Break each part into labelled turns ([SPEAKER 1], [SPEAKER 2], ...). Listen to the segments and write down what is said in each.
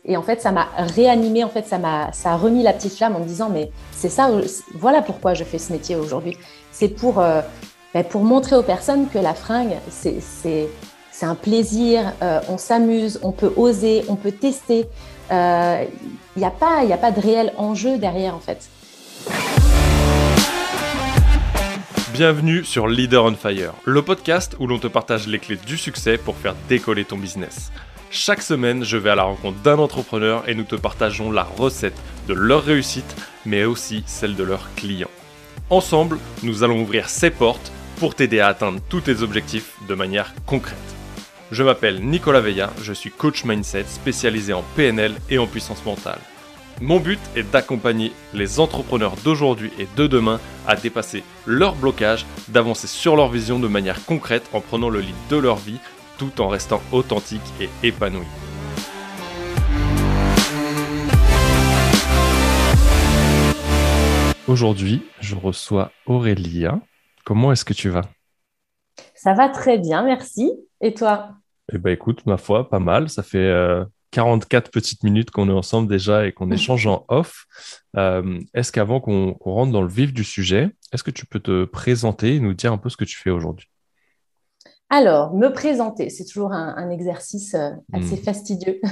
[SPEAKER 1] Et en fait, ça m'a réanimée, en fait, ça a remis la petite flamme en me disant, mais c'est ça, voilà pourquoi je fais ce métier aujourd'hui. C'est pour montrer aux personnes que la fringue, c'est un plaisir, on s'amuse, on peut oser, on peut tester. Il n'y a pas de réel enjeu derrière, en fait.
[SPEAKER 2] Bienvenue sur Leader on Fire, le podcast où l'on te partage les clés du succès pour faire décoller ton business. Chaque semaine, je vais à la rencontre d'un entrepreneur et nous te partageons la recette de leur réussite, mais aussi celle de leurs clients. Ensemble, nous allons ouvrir ces portes pour t'aider à atteindre tous tes objectifs de manière concrète. Je m'appelle Nicolas Veilla, je suis coach mindset spécialisé en PNL et en puissance mentale. Mon but est d'accompagner les entrepreneurs d'aujourd'hui et de demain à dépasser leurs blocages, d'avancer sur leur vision de manière concrète en prenant le lead de leur vie tout en restant authentique et épanoui. Aujourd'hui, je reçois Aurélia. Comment est-ce que tu vas ?
[SPEAKER 1] Ça va très bien, merci. Et toi ?
[SPEAKER 2] Eh bien écoute, ma foi, pas mal. Ça fait 44 petites minutes qu'on est ensemble déjà et qu'on échange en off. Est-ce qu'avant qu'on rentre dans le vif du sujet, est-ce que tu peux te présenter et nous dire un peu ce que tu fais aujourd'hui ?
[SPEAKER 1] Alors, me présenter, c'est toujours un exercice assez fastidieux.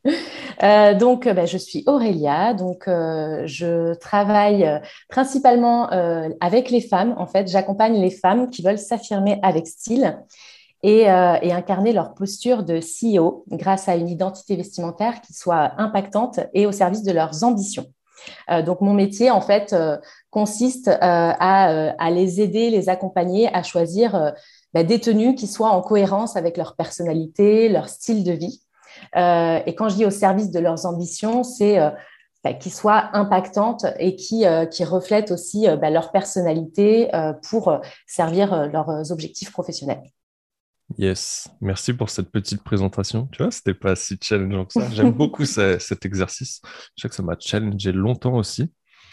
[SPEAKER 1] Je suis Aurélia. Je travaille principalement avec les femmes. En fait, j'accompagne les femmes qui veulent s'affirmer avec style et incarner leur posture de CEO grâce à une identité vestimentaire qui soit impactante et au service de leurs ambitions. Donc, mon métier, en fait, consiste à les aider, les accompagner à choisir des tenues qui soient en cohérence avec leur personnalité, leur style de vie. Et quand je dis au service de leurs ambitions, c'est qui soient impactantes et qui reflètent aussi leur personnalité pour servir leurs objectifs professionnels.
[SPEAKER 2] Yes, merci pour cette petite présentation. Tu vois, c'était pas si challengeant que ça. J'aime beaucoup cet exercice. Je sais que ça m'a challengé longtemps aussi.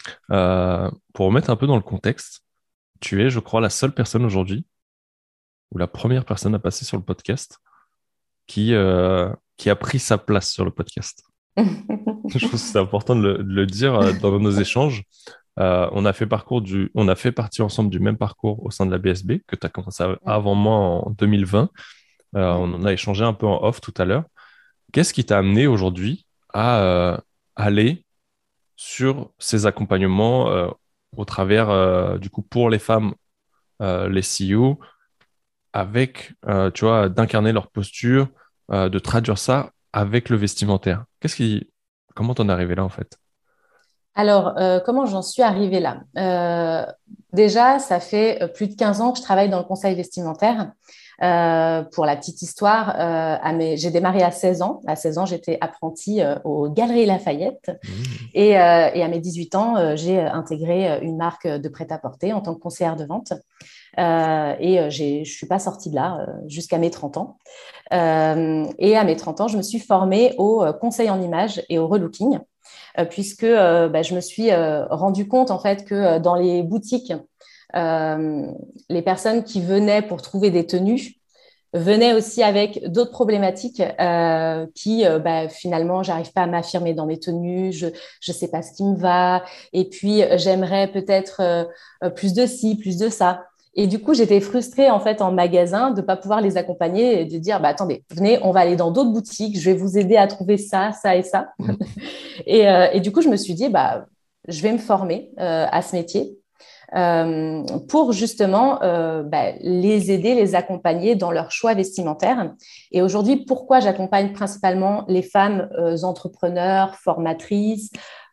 [SPEAKER 2] Pour remettre un peu dans le contexte, tu es, je crois, la seule personne aujourd'hui, ou la première personne à passer sur le podcast, qui a pris sa place sur le podcast. Je trouve que c'est important de le dire dans nos échanges. On a fait partie ensemble du même parcours au sein de la BSB, que tu as commencé avant moi en 2020. On en a échangé un peu en off tout à l'heure. Qu'est-ce qui t'a amené aujourd'hui à aller sur ces accompagnements au travers, du coup, pour les femmes, les CEO, avec, tu vois, d'incarner leur posture, de traduire ça avec le vestimentaire. Comment t'en es arrivé là, en fait?
[SPEAKER 1] Alors, comment j'en suis arrivée là? Déjà, ça fait plus de 15 ans que je travaille dans le conseil vestimentaire. Pour la petite histoire, j'ai démarré à 16 ans. À 16 ans, j'étais apprentie aux Galeries Lafayette. Et à mes 18 ans, j'ai intégré une marque de prêt-à-porter en tant que conseillère de vente. Je ne suis pas sortie de là jusqu'à mes 30 ans. Et à mes 30 ans, je me suis formée au conseil en images et au relooking, puisque je me suis rendu compte en fait que dans les boutiques, les personnes qui venaient pour trouver des tenues venaient aussi avec d'autres problématiques finalement, j'arrive pas à m'affirmer dans mes tenues, je sais pas ce qui me va, et puis j'aimerais peut-être plus de ci, plus de ça. Et du coup, j'étais frustrée en fait en magasin de ne pas pouvoir les accompagner et de dire attendez, venez, on va aller dans d'autres boutiques, je vais vous aider à trouver ça, ça et ça. Et du coup, je me suis dit je vais me former à ce métier pour justement les aider, les accompagner dans leur choix vestimentaire. Et aujourd'hui, pourquoi j'accompagne principalement les femmes entrepreneurs, formatrices,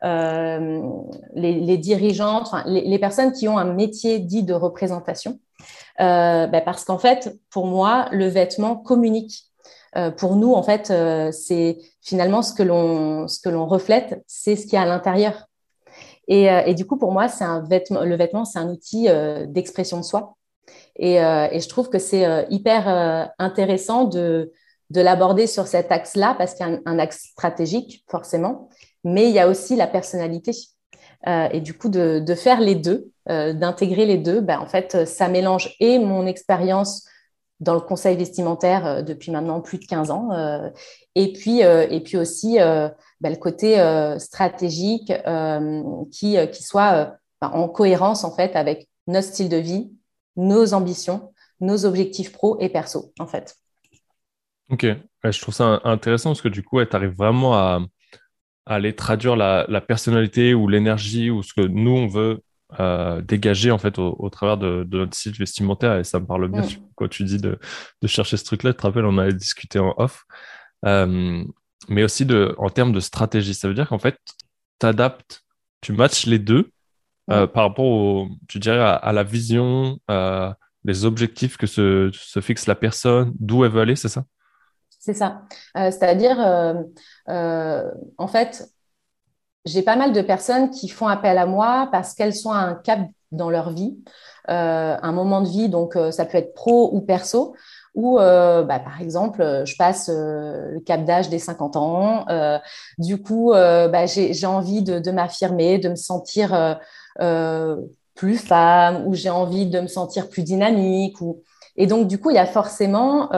[SPEAKER 1] les dirigeantes, les personnes qui ont un métier dit de représentation, parce qu'en fait, pour moi, le vêtement communique. Pour nous, en fait, c'est finalement ce que l'on reflète, c'est ce qu'il y a à l'intérieur. Et du coup, pour moi, le vêtement, c'est un outil d'expression de soi. Et je trouve que c'est hyper intéressant de l'aborder sur cet axe-là, parce qu'il y a un axe stratégique, forcément, mais il y a aussi la personnalité. Et du coup, de faire les deux, d'intégrer les deux, en fait, ça mélange et mon expérience dans le conseil vestimentaire depuis maintenant plus de 15 ans. Et puis aussi le côté stratégique qui soit en cohérence en fait avec notre style de vie, nos ambitions, nos objectifs pro et perso en fait.
[SPEAKER 2] Ok, ouais, je trouve ça intéressant parce que du coup, tu arrives vraiment à aller traduire la personnalité ou l'énergie ou ce que nous, on veut dégager en fait au travers de notre style vestimentaire. Et ça me parle bien
[SPEAKER 1] Mm.
[SPEAKER 2] quand tu dis de chercher ce truc-là. Tu te rappelles, on avait discuté en off. Euh, mais aussi en termes de stratégie. Ça veut dire qu'en fait, tu adaptes, tu matches les deux
[SPEAKER 1] Mm.
[SPEAKER 2] par rapport tu dirais, à la vision, les objectifs que se fixe la personne, d'où elle veut aller, c'est ça?
[SPEAKER 1] C'est ça. C'est-à-dire, en fait, j'ai pas mal de personnes qui font appel à moi parce qu'elles sont à un cap dans leur vie, un moment de vie, donc ça peut être pro ou perso, où, par exemple, je passe le cap d'âge des 50 ans. Du coup, j'ai envie de m'affirmer, de me sentir euh, plus femme, ou j'ai envie de me sentir plus dynamique. Et donc, du coup, il y a forcément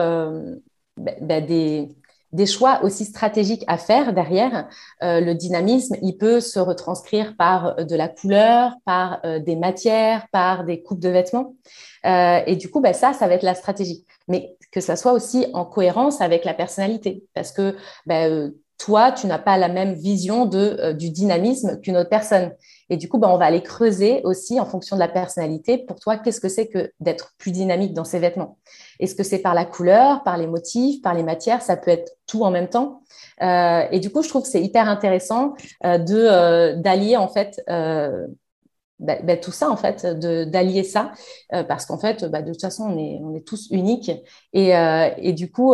[SPEAKER 1] des choix aussi stratégiques à faire derrière. Le dynamisme, il peut se retranscrire par de la couleur, par des matières, par des coupes de vêtements. Et du coup, ça va être la stratégie. Mais que ça soit aussi en cohérence avec la personnalité. Parce que toi, tu n'as pas la même vision du dynamisme qu'une autre personne. Et du coup, on va aller creuser aussi en fonction de la personnalité. Pour toi, qu'est-ce que c'est que d'être plus dynamique dans ses vêtements? Est-ce que c'est par la couleur, par les motifs, par les matières? Ça peut être tout en même temps. Et du coup, je trouve que c'est hyper intéressant d'allier en fait tout ça en fait, d'allier ça, parce qu'en fait, de toute façon, on est tous uniques et du coup,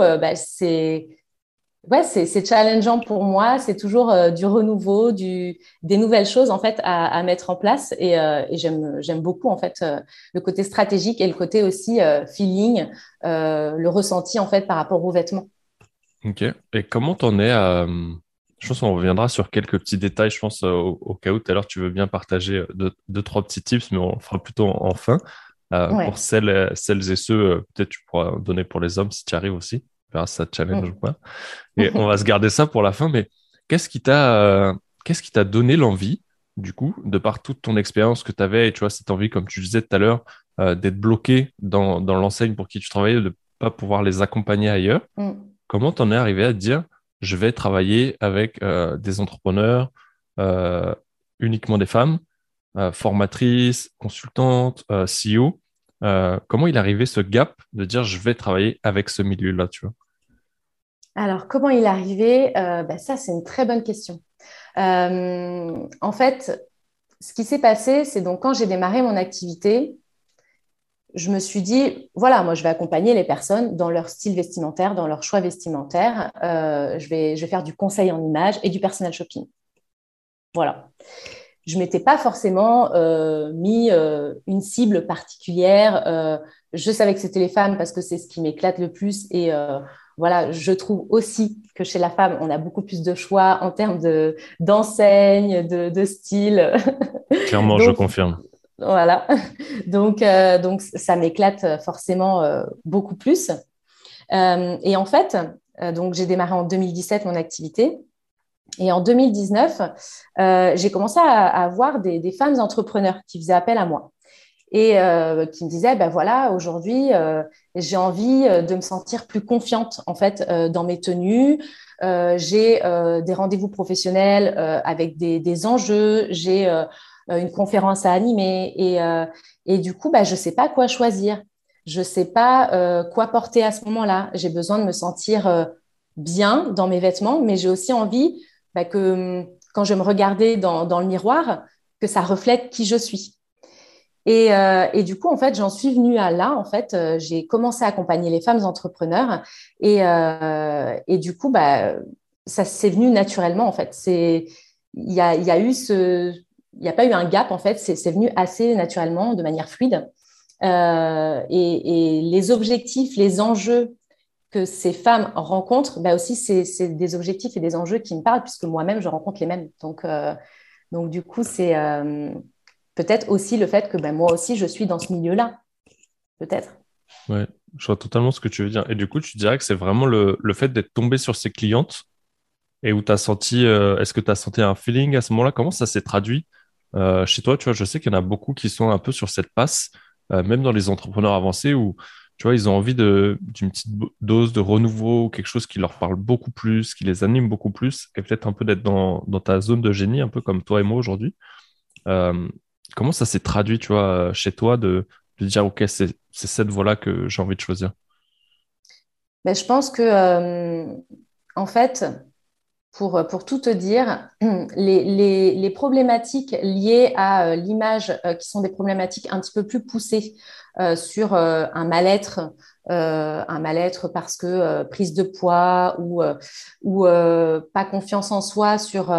[SPEAKER 1] c'est challengeant pour moi. C'est toujours du renouveau, des nouvelles choses en fait à mettre en place et j'aime beaucoup en fait le côté stratégique et le côté aussi feeling, le ressenti en fait par rapport aux vêtements.
[SPEAKER 2] Ok. Et comment t'en es à... Je pense qu'on reviendra sur quelques petits détails, je pense, au cas où tout à l'heure tu veux bien partager deux, trois petits tips, mais on le fera plutôt en fin. Pour
[SPEAKER 1] Ouais.
[SPEAKER 2] celles et ceux, peut-être tu pourras donner pour les hommes si tu arrives aussi. On verra si ça te challenge ou
[SPEAKER 1] Mm.
[SPEAKER 2] pas. Et on va se garder ça pour la fin, mais qu'est-ce qui qu'est-ce qui t'a donné l'envie, du coup, de par toute ton expérience que tu avais, et tu vois, cette envie, comme tu disais tout à l'heure, d'être bloqué dans l'enseigne pour qui tu travaillais, de pas pouvoir les accompagner ailleurs.
[SPEAKER 1] Mm.
[SPEAKER 2] Comment t'en es arrivé à te dire, je vais travailler avec des entrepreneurs, euh, uniquement des femmes, formatrices, consultantes, CEO. Comment il est arrivé ce gap de dire, je vais travailler avec ce milieu-là, tu vois?
[SPEAKER 1] Alors, comment il est arrivé? Ça, c'est une très bonne question. En fait, ce qui s'est passé, c'est donc quand j'ai démarré mon activité, je me suis dit, voilà, moi, je vais accompagner les personnes dans leur style vestimentaire, dans leur choix vestimentaire. Je vais faire du conseil en images et du personal shopping. Voilà. Je m'étais pas forcément mis une cible particulière. Je savais que c'était les femmes parce que c'est ce qui m'éclate le plus. Et voilà, je trouve aussi que chez la femme, on a beaucoup plus de choix en termes d'enseigne, de style.
[SPEAKER 2] Clairement, je
[SPEAKER 1] Donc,
[SPEAKER 2] confirme.
[SPEAKER 1] voilà. Donc ça m'éclate forcément beaucoup plus. Et en fait, donc j'ai démarré en 2017 mon activité. Et en 2019, j'ai commencé à avoir des femmes entrepreneurs qui faisaient appel à moi et qui me disaient, ben voilà, aujourd'hui, j'ai envie de me sentir plus confiante en fait dans mes tenues. J'ai des rendez-vous professionnels avec des enjeux. J'ai une conférence à animer et du coup, je ne sais pas quoi choisir. Je ne sais pas quoi porter à ce moment-là. J'ai besoin de me sentir bien dans mes vêtements, mais j'ai aussi envie que quand je vais me regarder dans le miroir, que ça reflète qui je suis. Et du coup, en fait, j'en suis venue à là. En fait, j'ai commencé à accompagner les femmes entrepreneurs et du coup, ça s'est venu naturellement. En fait, il y a eu il n'y a pas eu un gap. En fait, c'est venu assez naturellement, de manière fluide. Et les objectifs, les enjeux que ces femmes rencontrent, aussi, c'est des objectifs et des enjeux qui me parlent puisque moi-même, je rencontre les mêmes. Donc du coup, c'est peut-être aussi le fait que moi aussi, je suis dans ce milieu-là, peut-être.
[SPEAKER 2] Ouais, je vois totalement ce que tu veux dire. Et du coup, tu dirais que c'est vraiment le fait d'être tombé sur ces clientes et où tu as senti, est-ce que tu as senti un feeling à ce moment-là? Comment ça s'est traduit chez toi? Tu vois, je sais qu'il y en a beaucoup qui sont un peu sur cette passe, même dans les entrepreneurs avancés où, tu vois, ils ont envie d'une petite dose de renouveau, quelque chose qui leur parle beaucoup plus, qui les anime beaucoup plus, et peut-être un peu d'être dans ta zone de génie, un peu comme toi et moi aujourd'hui. Euh, Comment ça s'est traduit, tu vois, chez toi de dire, OK, c'est cette voie-là que j'ai envie de choisir?
[SPEAKER 1] Ben, je pense que, en fait, pour tout te dire, les problématiques liées à l'image, qui sont des problématiques un petit peu plus poussées sur un mal-être parce que prise de poids ou pas confiance en soi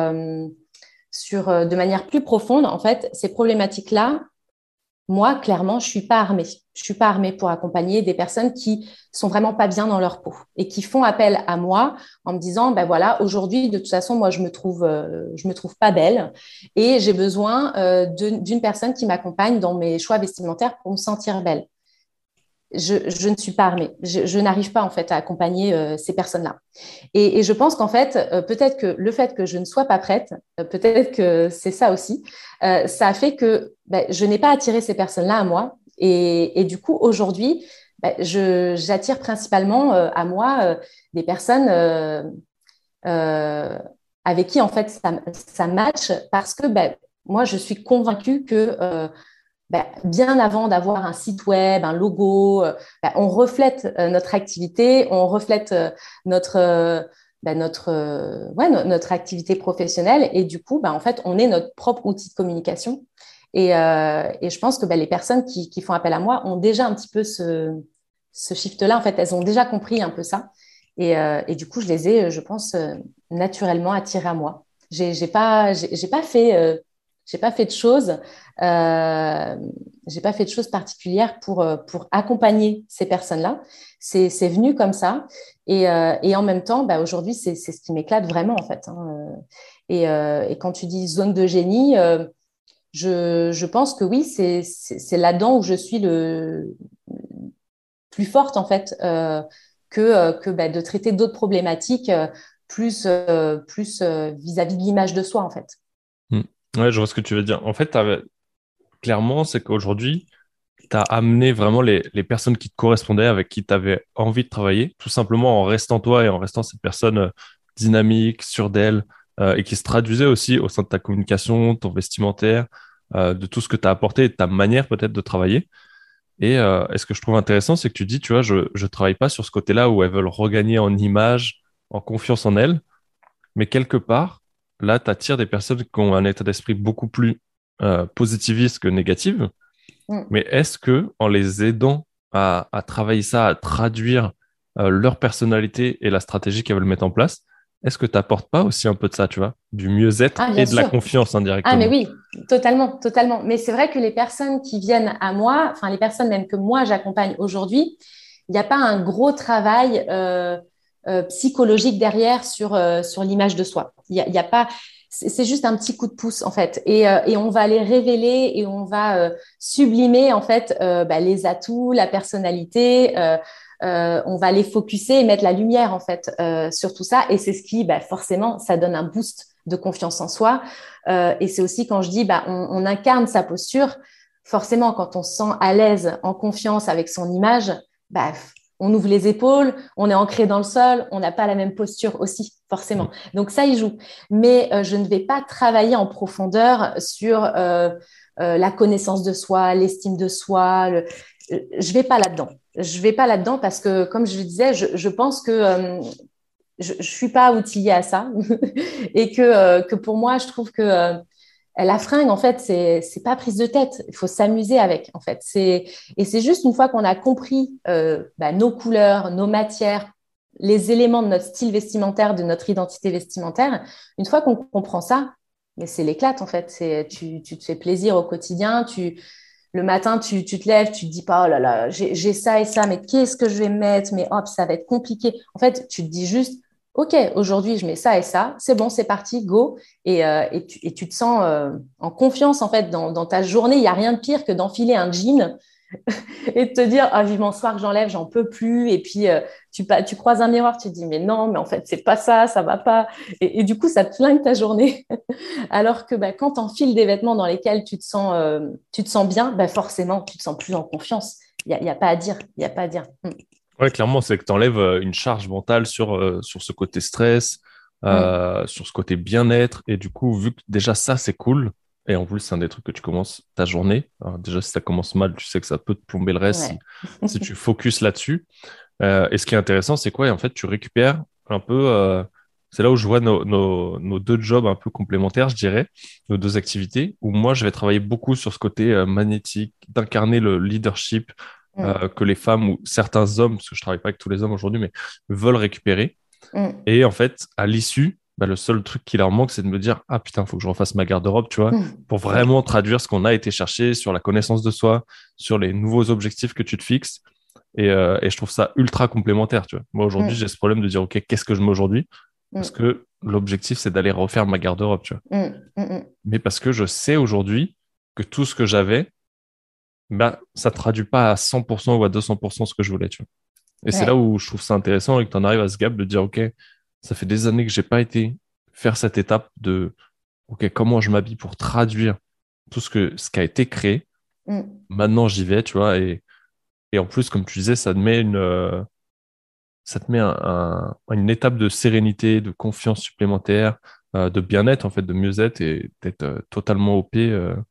[SPEAKER 1] de manière plus profonde, en fait, ces problématiques-là, moi, clairement, je suis pas armée. Je suis pas armée pour accompagner des personnes qui sont vraiment pas bien dans leur peau et qui font appel à moi en me disant, ben voilà, aujourd'hui, de toute façon, moi, je me trouve pas belle et j'ai besoin d'une personne qui m'accompagne dans mes choix vestimentaires pour me sentir belle. Je ne suis pas armée. Je n'arrive pas en fait à accompagner ces personnes-là. Et je pense qu'en fait, peut-être que le fait que je ne sois pas prête, peut-être que c'est ça aussi, ça a fait que ben, je n'ai pas attiré ces personnes-là à moi. Et du coup, aujourd'hui, ben, j'attire principalement à moi des personnes euh, avec qui en fait ça match parce que ben, moi, je suis convaincue que ben, bien avant d'avoir un site web, un logo, ben, on reflète notre activité, on reflète notre, ben, notre activité professionnelle et du coup, ben, en fait, on est notre propre outil de communication. Et je pense que ben, les personnes qui font appel à moi ont déjà un petit peu ce shift-là. En fait, elles ont déjà compris un peu ça. Et du coup, je les ai, je pense, naturellement attirées à moi. J'ai pas fait, j'ai pas fait de choses. Euh, j'ai pas fait de choses particulières pour accompagner ces personnes-là. C'est venu comme ça. Et en même temps, bah, aujourd'hui, c'est ce qui m'éclate vraiment, en fait, hein. Et quand tu dis zone de génie, je pense que oui, c'est là-dedans où je suis le plus forte, en fait, que bah, de traiter d'autres problématiques plus vis-à-vis de l'image de soi, en fait.
[SPEAKER 2] Hmm. Ouais, je vois ce que tu veux dire. En fait, clairement, c'est qu'aujourd'hui, tu as amené vraiment les personnes qui te correspondaient, avec qui tu avais envie de travailler, tout simplement en restant toi et en restant cette personne dynamique, sûre d'elle, et qui se traduisait aussi au sein de ta communication, ton vestimentaire, de tout ce que tu as apporté et de ta manière peut-être de travailler. Et ce que je trouve intéressant, c'est que tu dis, tu vois, je ne travaille pas sur ce côté-là où elles veulent regagner en image, en confiance en elles, mais quelque part, là, tu attires des personnes qui ont un état d'esprit beaucoup plus positiviste que négatif.
[SPEAKER 1] Mm.
[SPEAKER 2] Mais est-ce que, en les aidant à travailler ça, à traduire leur personnalité et la stratégie qu'elles veulent mettre en place, est-ce que tu n'apportes pas aussi un peu de ça, tu vois, du mieux-être
[SPEAKER 1] Ah,
[SPEAKER 2] et
[SPEAKER 1] bien
[SPEAKER 2] de la
[SPEAKER 1] sûr.
[SPEAKER 2] confiance
[SPEAKER 1] Ah, mais
[SPEAKER 2] indirectement?
[SPEAKER 1] oui, totalement, totalement. Mais c'est vrai que les personnes qui viennent à moi, enfin les personnes même que moi j'accompagne aujourd'hui, il n'y a pas un gros travail psychologique derrière sur l'image de soi. Il y a pas, c'est juste un petit coup de pouce en fait. Et on va les révéler et on va sublimer en fait bah, les atouts, la personnalité. On va les focuser et mettre la lumière en fait sur tout ça. Et c'est ce qui, bah, forcément, ça donne un boost de confiance en soi. Et c'est aussi quand je dis, bah, on incarne sa posture. Forcément, quand on se sent à l'aise, en confiance avec son image, bah, on ouvre les épaules, on est ancré dans le sol, on n'a pas la même posture aussi, forcément. Donc ça, il joue. Mais je ne vais pas travailler en profondeur sur la connaissance de soi, l'estime de soi. Je vais pas là-dedans. Je vais pas là-dedans parce que, comme je le disais, je pense que je suis pas outillée à ça et que pour moi, je trouve que la fringue, en fait, c'est pas prise de tête. Il faut s'amuser avec, en fait. Et c'est juste une fois qu'on a compris bah, nos couleurs, nos matières, les éléments de notre style vestimentaire, de notre identité vestimentaire, une fois qu'on comprend ça, mais c'est l'éclate, en fait. Tu te fais plaisir au quotidien. Le matin, tu te lèves, tu te dis pas, oh là là, j'ai ça et ça, mais qu'est-ce que je vais mettre? Mais hop, ça va être compliqué. En fait, tu te dis juste, OK, aujourd'hui, je mets ça et ça. C'est bon, c'est parti, go. Et tu te sens en confiance, en fait, dans ta journée. Il n'y a rien de pire que d'enfiler un jean. et de te dire, ah, vivement ce soir que j'enlève, j'en peux plus. Et puis, tu croises un miroir, tu te dis, mais non, mais en fait, c'est pas ça, ça va pas. Et du coup, ça te flingue ta journée. Alors que bah, quand tu enfiles des vêtements dans lesquels tu te sens bien, bah, forcément, tu te sens plus en confiance. Il y a pas à dire. Il y a pas à dire.
[SPEAKER 2] Ouais, clairement, c'est que tu enlèves une charge mentale sur ce côté stress,
[SPEAKER 1] Mm.
[SPEAKER 2] sur ce côté bien-être. Et du coup, vu que déjà ça, c'est cool, et en plus, c'est un des trucs que tu commences ta journée. Alors, déjà, si ça commence mal, tu sais que ça peut te plomber le reste
[SPEAKER 1] Ouais.
[SPEAKER 2] si tu focuses là-dessus. Et ce qui est intéressant, c'est quoi? Et en fait, tu récupères un peu. C'est là où je vois nos deux jobs un peu complémentaires, je dirais, nos deux activités, où moi, je vais travailler beaucoup sur ce côté magnétique, d'incarner le leadership
[SPEAKER 1] Mm.
[SPEAKER 2] que les femmes ou certains hommes, parce que je travaille pas avec tous les hommes aujourd'hui, mais veulent récupérer.
[SPEAKER 1] Mm.
[SPEAKER 2] Et en fait, à l'issue, bah, le seul truc qui leur manque, c'est de me dire, ah putain, faut que je refasse ma garde-robe, tu vois,
[SPEAKER 1] Mm.
[SPEAKER 2] pour
[SPEAKER 1] Ouais.
[SPEAKER 2] vraiment traduire ce qu'on a été chercher sur la connaissance de soi, sur les nouveaux objectifs que tu te fixes. Et je trouve ça ultra complémentaire, tu vois. Moi, aujourd'hui,
[SPEAKER 1] Mm.
[SPEAKER 2] j'ai ce problème de dire, OK, qu'est-ce que je mets aujourd'hui? Parce
[SPEAKER 1] Mm.
[SPEAKER 2] que l'objectif, c'est d'aller refaire ma garde-robe, tu vois.
[SPEAKER 1] Mm. Mm.
[SPEAKER 2] Mais parce que je sais aujourd'hui que tout ce que j'avais, bah, ça traduit pas à 100% ou à 200% ce que je voulais, tu vois. Et c'est là
[SPEAKER 1] Ouais.
[SPEAKER 2] où je trouve ça intéressant et que tu en arrives à ce gap de dire, OK, ça fait des années que j'ai pas été faire cette étape de, OK, comment je m'habille pour traduire tout ce qui a été créé.
[SPEAKER 1] Mm.
[SPEAKER 2] Maintenant, j'y vais, tu vois. Et en plus, comme tu disais, ça te met une étape de sérénité, de confiance supplémentaire, de bien-être, en fait, de mieux-être et d'être totalement OP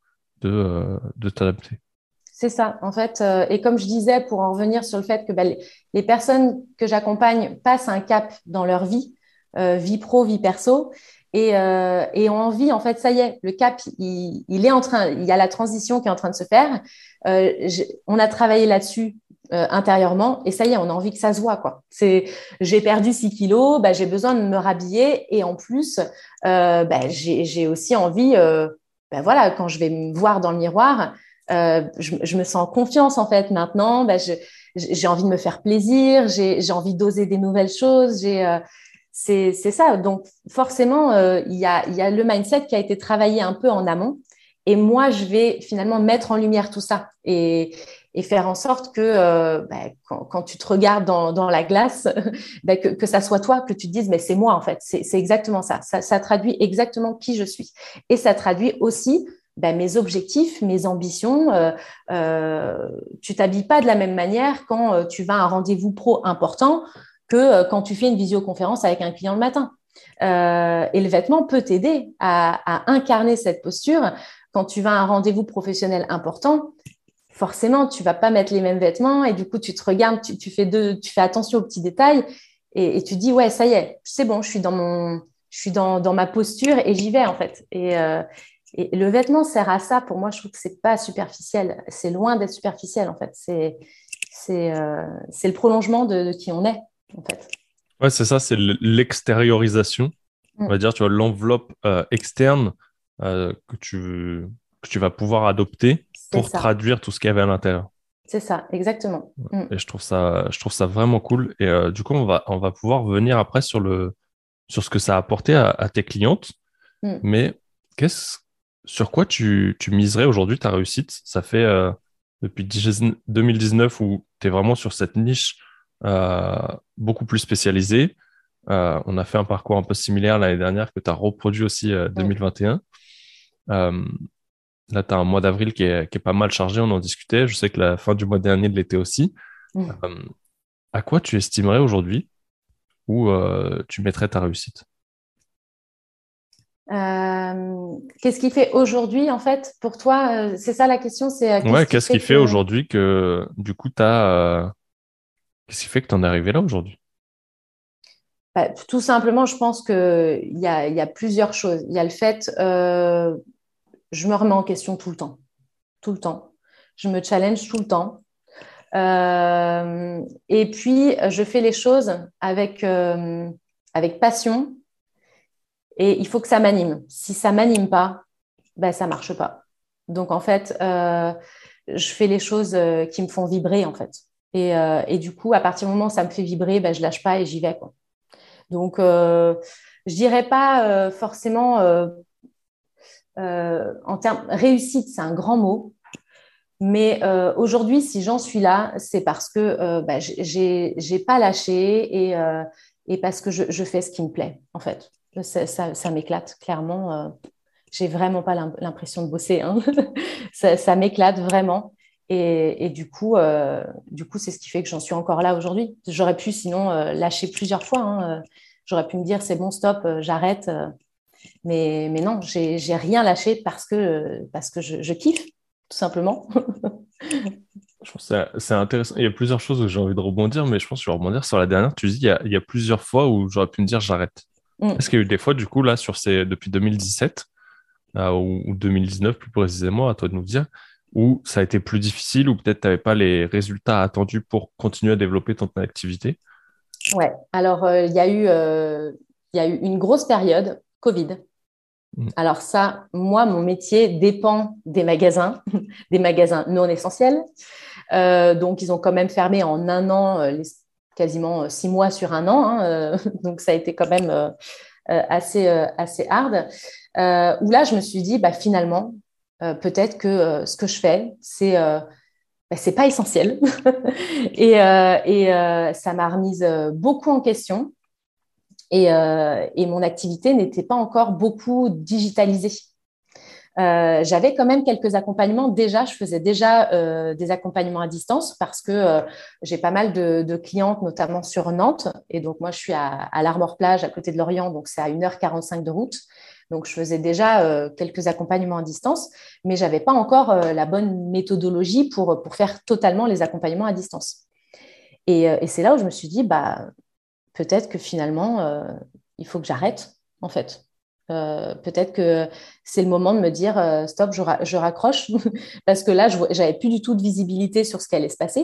[SPEAKER 2] de t'adapter.
[SPEAKER 1] C'est ça, en fait. Et comme je disais, pour en revenir sur le fait que bah, les personnes que j'accompagne passent un cap dans leur vie, vie pro, vie perso, et ont envie, en fait, ça y est, le cap, il est en train, il y a la transition qui est en train de se faire. On a travaillé là-dessus intérieurement, et ça y est, on a envie que ça se voit, quoi. J'ai perdu 6 kilos, bah, j'ai besoin de me rhabiller, et en plus, bah, j'ai aussi envie, bah, voilà, quand je vais me voir dans le miroir, je me sens en confiance en fait maintenant. Bah, j'ai envie de me faire plaisir, j'ai envie d'oser des nouvelles choses. C'est ça. Donc forcément, il y a le mindset qui a été travaillé un peu en amont. Et moi, je vais finalement mettre en lumière tout ça et faire en sorte que bah, quand tu te regardes dans la glace, bah, que ça soit toi, que tu te dises, mais c'est moi en fait. C'est exactement ça. Ça traduit exactement qui je suis. Et ça traduit aussi ben, mes objectifs, mes ambitions. Tu t'habilles pas de la même manière quand tu vas à un rendez-vous pro important que quand tu fais une visioconférence avec un client le matin. Et le vêtement peut t'aider à incarner cette posture. Quand tu vas à un rendez-vous professionnel important, forcément, tu vas pas mettre les mêmes vêtements et du coup, tu te regardes, tu fais attention aux petits détails et tu dis, ouais, ça y est, c'est bon, je suis dans ma posture et j'y vais en fait. Et le vêtement sert à ça. Pour moi, je trouve que c'est pas superficiel. C'est loin d'être superficiel en fait. C'est le prolongement de qui on est en fait.
[SPEAKER 2] Ouais, c'est ça, c'est l'extériorisation. On va
[SPEAKER 1] Mm.
[SPEAKER 2] dire, tu vois, l'enveloppe externe que tu vas pouvoir adopter
[SPEAKER 1] C'est
[SPEAKER 2] pour
[SPEAKER 1] ça.
[SPEAKER 2] traduire tout ce qu'il y avait à l'intérieur.
[SPEAKER 1] C'est ça, exactement. Mm.
[SPEAKER 2] Et je trouve ça vraiment cool. Et du coup, on va pouvoir venir après sur ce que ça a apporté à tes clientes.
[SPEAKER 1] Mm.
[SPEAKER 2] Mais qu'est-ce, sur quoi tu miserais aujourd'hui ta réussite? Ça fait depuis 2019 où tu es vraiment sur cette niche euh, beaucoup plus spécialisée. On a fait un parcours un peu similaire l'année dernière que tu as reproduit aussi
[SPEAKER 1] Mm.
[SPEAKER 2] 2021. Euh, Là, tu as un mois d'avril qui est pas mal chargé, on en discutait. Je sais que la fin du mois dernier de l'été aussi.
[SPEAKER 1] Mm.
[SPEAKER 2] Euh, à quoi tu estimerais aujourd'hui où tu mettrais ta réussite?
[SPEAKER 1] Qu'est-ce qui fait aujourd'hui, en fait, pour toi, c'est ça la question, c'est qu'est-ce
[SPEAKER 2] Ouais,
[SPEAKER 1] qui
[SPEAKER 2] qu'est-ce qui
[SPEAKER 1] fait
[SPEAKER 2] fait
[SPEAKER 1] que
[SPEAKER 2] aujourd'hui que du coup, qu'est-ce qui fait que tu en es arrivé là aujourd'hui?
[SPEAKER 1] bah, tout simplement, je pense il y a plusieurs choses. Il y a le fait, je me remets en question tout le temps, tout le temps. Je me challenge tout le temps. Et puis, je fais les choses avec passion et il faut que ça m'anime. Si ça m'anime pas, ben, ça marche pas. Donc, en fait, je fais les choses qui me font vibrer, en fait. Et du coup, à partir du moment où ça me fait vibrer, ben, je lâche pas et j'y vais, quoi. Donc, je dirais pas forcément en termes réussite, c'est un grand mot, Mais aujourd'hui, si j'en suis là, c'est parce que j'ai pas lâché et parce que je fais ce qui me plaît, en fait. Ça m'éclate, clairement. J'ai vraiment pas l'impression de bosser, hein. Ça m'éclate vraiment. Et du coup, c'est ce qui fait que j'en suis encore là aujourd'hui. J'aurais pu sinon lâcher plusieurs fois, hein. J'aurais pu me dire, c'est bon, stop, j'arrête. Mais non, j'ai rien lâché parce que je kiffe, tout simplement.
[SPEAKER 2] Je pense que c'est intéressant. Il y a plusieurs choses où j'ai envie de rebondir, mais je pense que je vais rebondir sur la dernière. Tu dis, il y a plusieurs fois où j'aurais pu me dire j'arrête. Est-ce
[SPEAKER 1] Mm.
[SPEAKER 2] qu'il y a eu des fois, du coup, là, depuis 2017 ou 2019 plus précisément, à toi de nous dire, où ça a été plus difficile, ou peut-être tu n'avais pas les résultats attendus pour continuer à développer ton activité?
[SPEAKER 1] Ouais. Alors, il y a eu une grosse période Covid.
[SPEAKER 2] Mm.
[SPEAKER 1] Alors ça, moi, mon métier dépend des magasins, des magasins non essentiels. Donc, ils ont quand même fermé en un an, quasiment 6 mois sur un an, hein, donc, ça a été quand même assez hard. Où là, je me suis dit, bah, finalement, peut-être que ce que je fais, c'est pas essentiel. Ça m'a remise beaucoup en question. Et mon activité n'était pas encore beaucoup digitalisée. J'avais quand même quelques accompagnements. Déjà, je faisais déjà des accompagnements à distance parce que j'ai pas mal de clientes, notamment sur Nantes. Et donc, moi, je suis à l'Armor-Plage, à côté de Lorient, donc c'est à 1h45 de route. Donc, je faisais déjà quelques accompagnements à distance, mais je n'avais pas encore la bonne méthodologie pour faire totalement les accompagnements à distance. Et c'est là où je me suis dit, bah, peut-être que finalement, il faut que j'arrête, en fait. Peut-être que c'est le moment de me dire stop, je raccroche, parce que là, je n'avais plus du tout de visibilité sur ce qui allait se passer.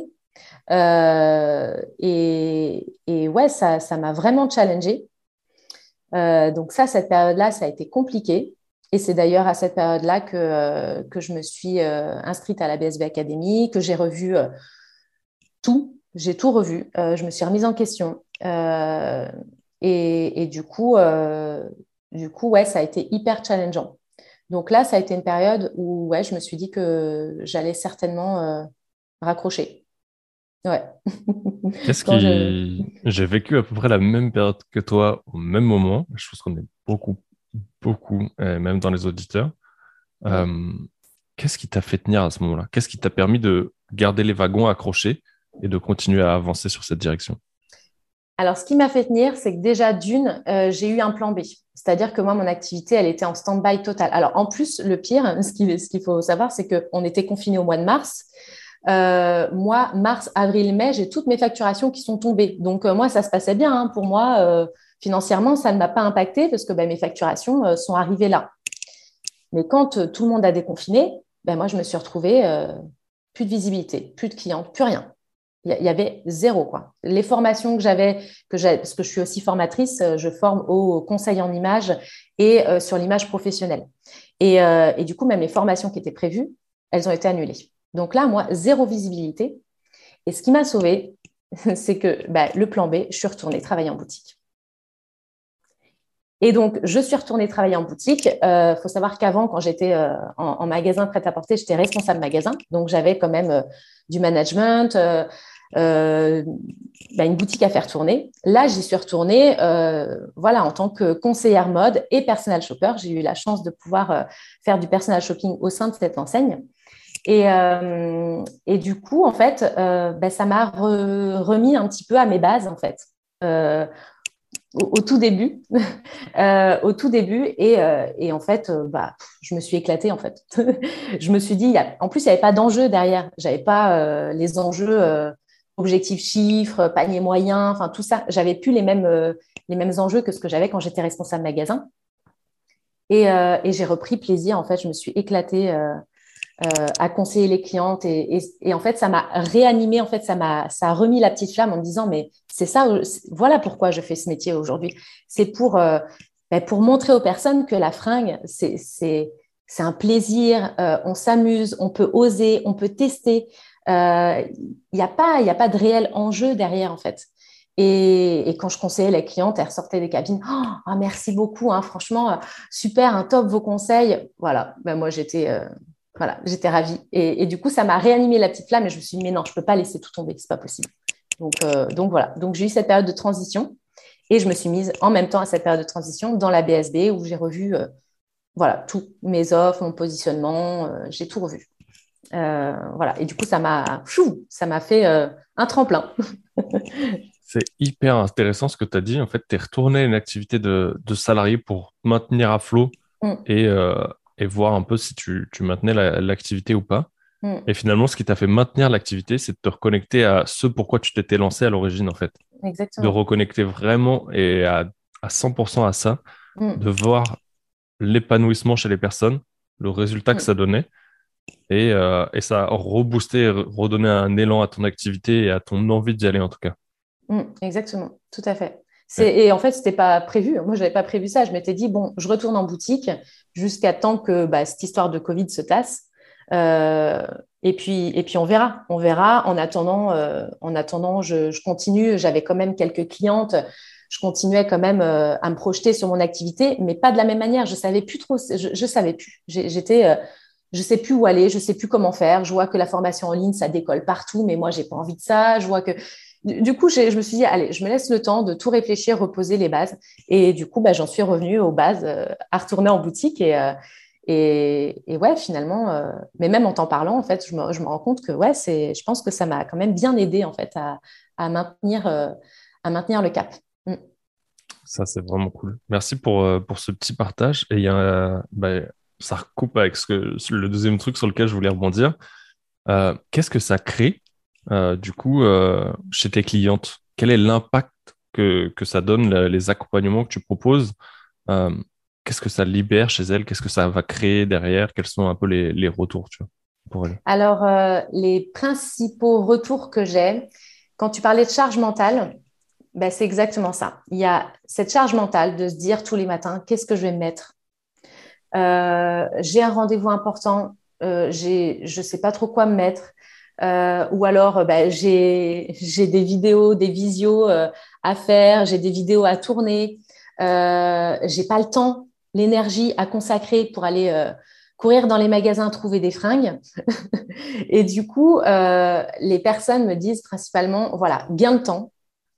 [SPEAKER 1] Et ouais, ça m'a vraiment challengée. Donc ça, cette période-là, ça a été compliqué. Et c'est d'ailleurs à cette période-là que je me suis inscrite à la BSB Academy, que j'ai revu tout. J'ai tout revu. Je me suis remise en question. Et du coup, ouais, ça a été hyper challengeant. Donc là, ça a été une période où ouais, je me suis dit que j'allais certainement raccrocher. Ouais.
[SPEAKER 2] Qu'est-ce
[SPEAKER 1] Quand je...
[SPEAKER 2] qui... J'ai vécu à peu près la même période que toi au même moment. Je pense qu'on est beaucoup, même dans les auditeurs.
[SPEAKER 1] Mm.
[SPEAKER 2] Euh, Qu'est-ce qui t'a fait tenir à ce moment-là? Qu'est-ce qui t'a permis de garder les wagons accrochés et de continuer à avancer sur cette direction?
[SPEAKER 1] Alors, ce qui m'a fait tenir, c'est que déjà, d'une, j'ai eu un plan B. C'est-à-dire que moi, mon activité, elle était en stand-by total. Alors, en plus, le pire, ce qu'il faut savoir, c'est qu'on était confinés au mois de mars. Moi, mars, avril, mai, j'ai toutes mes facturations qui sont tombées. Donc, moi, ça se passait bien, hein. Pour moi, financièrement, ça ne m'a pas impacté parce que ben, mes facturations sont arrivées là. Mais quand tout le monde a déconfiné, ben, moi, je me suis retrouvée plus de visibilité, plus de clientes, plus rien. Il y avait zéro, quoi. Les formations parce que je suis aussi formatrice, je forme au conseil en image et sur l'image professionnelle. Et du coup, même les formations qui étaient prévues, elles ont été annulées. Donc là, moi, zéro visibilité. Et ce qui m'a sauvée, c'est que bah, le plan B, je suis retournée travailler en boutique. Et donc, je suis retournée travailler en boutique. Faut savoir qu'avant, quand j'étais en magasin prêt-à-porter, j'étais responsable magasin. Donc, j'avais quand même du management, bah, une boutique à faire tourner. Là, j'y suis retournée voilà, en tant que conseillère mode et personal shopper. J'ai eu la chance de pouvoir faire du personal shopping au sein de cette enseigne. Et du coup, en fait, bah, ça m'a remis un petit peu à mes bases, en fait. Euh, au tout début, et en fait, bah, je me suis éclatée en fait. Je me suis dit, en plus, il n'y avait pas d'enjeu derrière. J'avais pas les enjeux objectifs chiffres, panier moyen, enfin tout ça. J'avais plus les mêmes enjeux que ce que j'avais quand j'étais responsable magasin. Et j'ai repris plaisir. En fait, je me suis éclatée à conseiller les clientes et en fait ça m'a réanimé, en fait ça a remis la petite flamme en me disant mais c'est ça, voilà pourquoi je fais ce métier aujourd'hui. C'est pour montrer aux personnes que la fringue c'est un plaisir, on s'amuse, on peut oser, on peut tester. Il y a pas de réel enjeu derrière en fait. Et quand je conseillais les clientes, elles ressortaient des cabines. Oh, merci beaucoup, hein, franchement, super, un top vos conseils. Voilà, ben moi j'étais Voilà, j'étais ravie. Et du coup, ça m'a réanimé la petite flamme et je me suis dit, mais non, je ne peux pas laisser tout tomber, c'est pas possible. Donc voilà, donc j'ai eu cette période de transition et je me suis mise en même temps à cette période de transition dans la BSB où j'ai revu voilà, tout, mes offres, mon positionnement, j'ai tout revu. Voilà, et du coup, ça m'a fait un tremplin.
[SPEAKER 2] C'est hyper intéressant ce que tu as dit. En fait, tu es retourné à une activité de salarié pour te maintenir à flot
[SPEAKER 1] Mm,
[SPEAKER 2] et, euh, et voir un peu si tu maintenais l'activité ou pas.
[SPEAKER 1] mm,
[SPEAKER 2] Et finalement, ce qui t'a fait maintenir l'activité, c'est de te reconnecter à ce pourquoi tu t'étais lancé à l'origine, en fait. De
[SPEAKER 1] exactement.
[SPEAKER 2] reconnecter vraiment à 100% à ça,
[SPEAKER 1] Mm,
[SPEAKER 2] de voir l'épanouissement chez les personnes, le résultat que
[SPEAKER 1] mm,
[SPEAKER 2] ça donnait, et ça a reboosté, redonné un élan à ton activité et à ton envie d'y aller, en tout cas.
[SPEAKER 1] exactement, tout à fait.
[SPEAKER 2] Ouais.
[SPEAKER 1] Et en fait, c'était pas prévu. Moi, je n'avais pas prévu ça. Je m'étais dit, bon, je retourne en boutique jusqu'à temps que bah, cette histoire de Covid se tasse. Euh, et puis, on verra. On verra. En attendant, je continue. J'avais quand même quelques clientes. Je continuais quand même à me projeter sur mon activité, mais pas de la même manière. Je savais plus trop. Je savais plus. Je sais plus où aller. Je sais plus comment faire. Je vois que la formation en ligne, ça décolle partout, mais moi, j'ai pas envie de ça. Je vois que du coup, je me suis dit, allez, je me laisse le temps de tout réfléchir, reposer les bases. Et du coup, bah, j'en suis revenue aux bases, à retourner en boutique. Et ouais, finalement, mais même en t'en parlant, en fait, je me rends compte que ouais, je pense que ça m'a quand même bien aidé en fait à maintenir, euh, à maintenir le cap. Mm.
[SPEAKER 2] Ça, c'est vraiment cool. Merci pour ce petit partage. Et bah, ça recoupe avec le deuxième truc sur lequel je voulais rebondir. Qu'est-ce que ça crée, du coup, chez tes clientes? Quel est l'impact que ça donne, les accompagnements que tu proposes? Euh, Qu'est-ce que ça libère chez elles? Qu'est-ce que ça va créer derrière? Quels sont un peu les retours, tu vois, pour elles?
[SPEAKER 1] Alors, les principaux retours que j'ai, quand tu parlais de charge mentale, ben, c'est exactement ça. Il y a cette charge mentale de se dire tous les matins, qu'est-ce que je vais me mettre? J'ai un rendez-vous important, je ne sais pas trop quoi me mettre. Ou alors, ben, j'ai des vidéos, des visios à faire, j'ai des vidéos à tourner. J'ai pas le temps, l'énergie à consacrer pour aller courir dans les magasins, trouver des fringues. Et du coup, les personnes me disent principalement, voilà, gain de temps,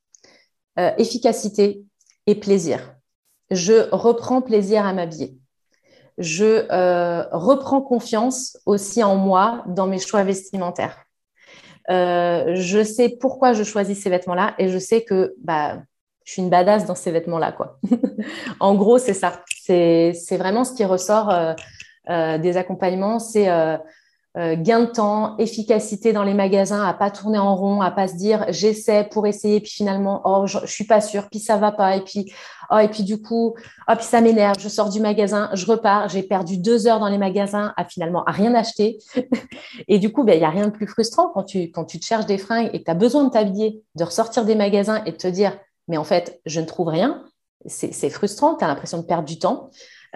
[SPEAKER 1] efficacité et plaisir. Je reprends plaisir à m'habiller. Je reprends confiance aussi en moi dans mes choix vestimentaires. Je sais pourquoi je choisis ces vêtements-là et je sais que bah, je suis une badass dans ces vêtements-là, quoi. En gros, c'est ça. C'est vraiment ce qui ressort des accompagnements. C'est gain de temps, efficacité dans les magasins, à pas tourner en rond, à pas se dire j'essaie pour essayer, puis finalement oh je suis pas sûre, puis ça va pas, et puis du coup oh puis ça m'énerve, je sors du magasin, je repars, j'ai perdu 2 heures dans les magasins à finalement à rien acheter, et du coup ben il y a rien de plus frustrant quand tu te cherches des fringues et que tu as besoin de t'habiller, de ressortir des magasins et de te dire mais en fait je ne trouve rien, c'est frustrant, tu as l'impression de perdre du temps.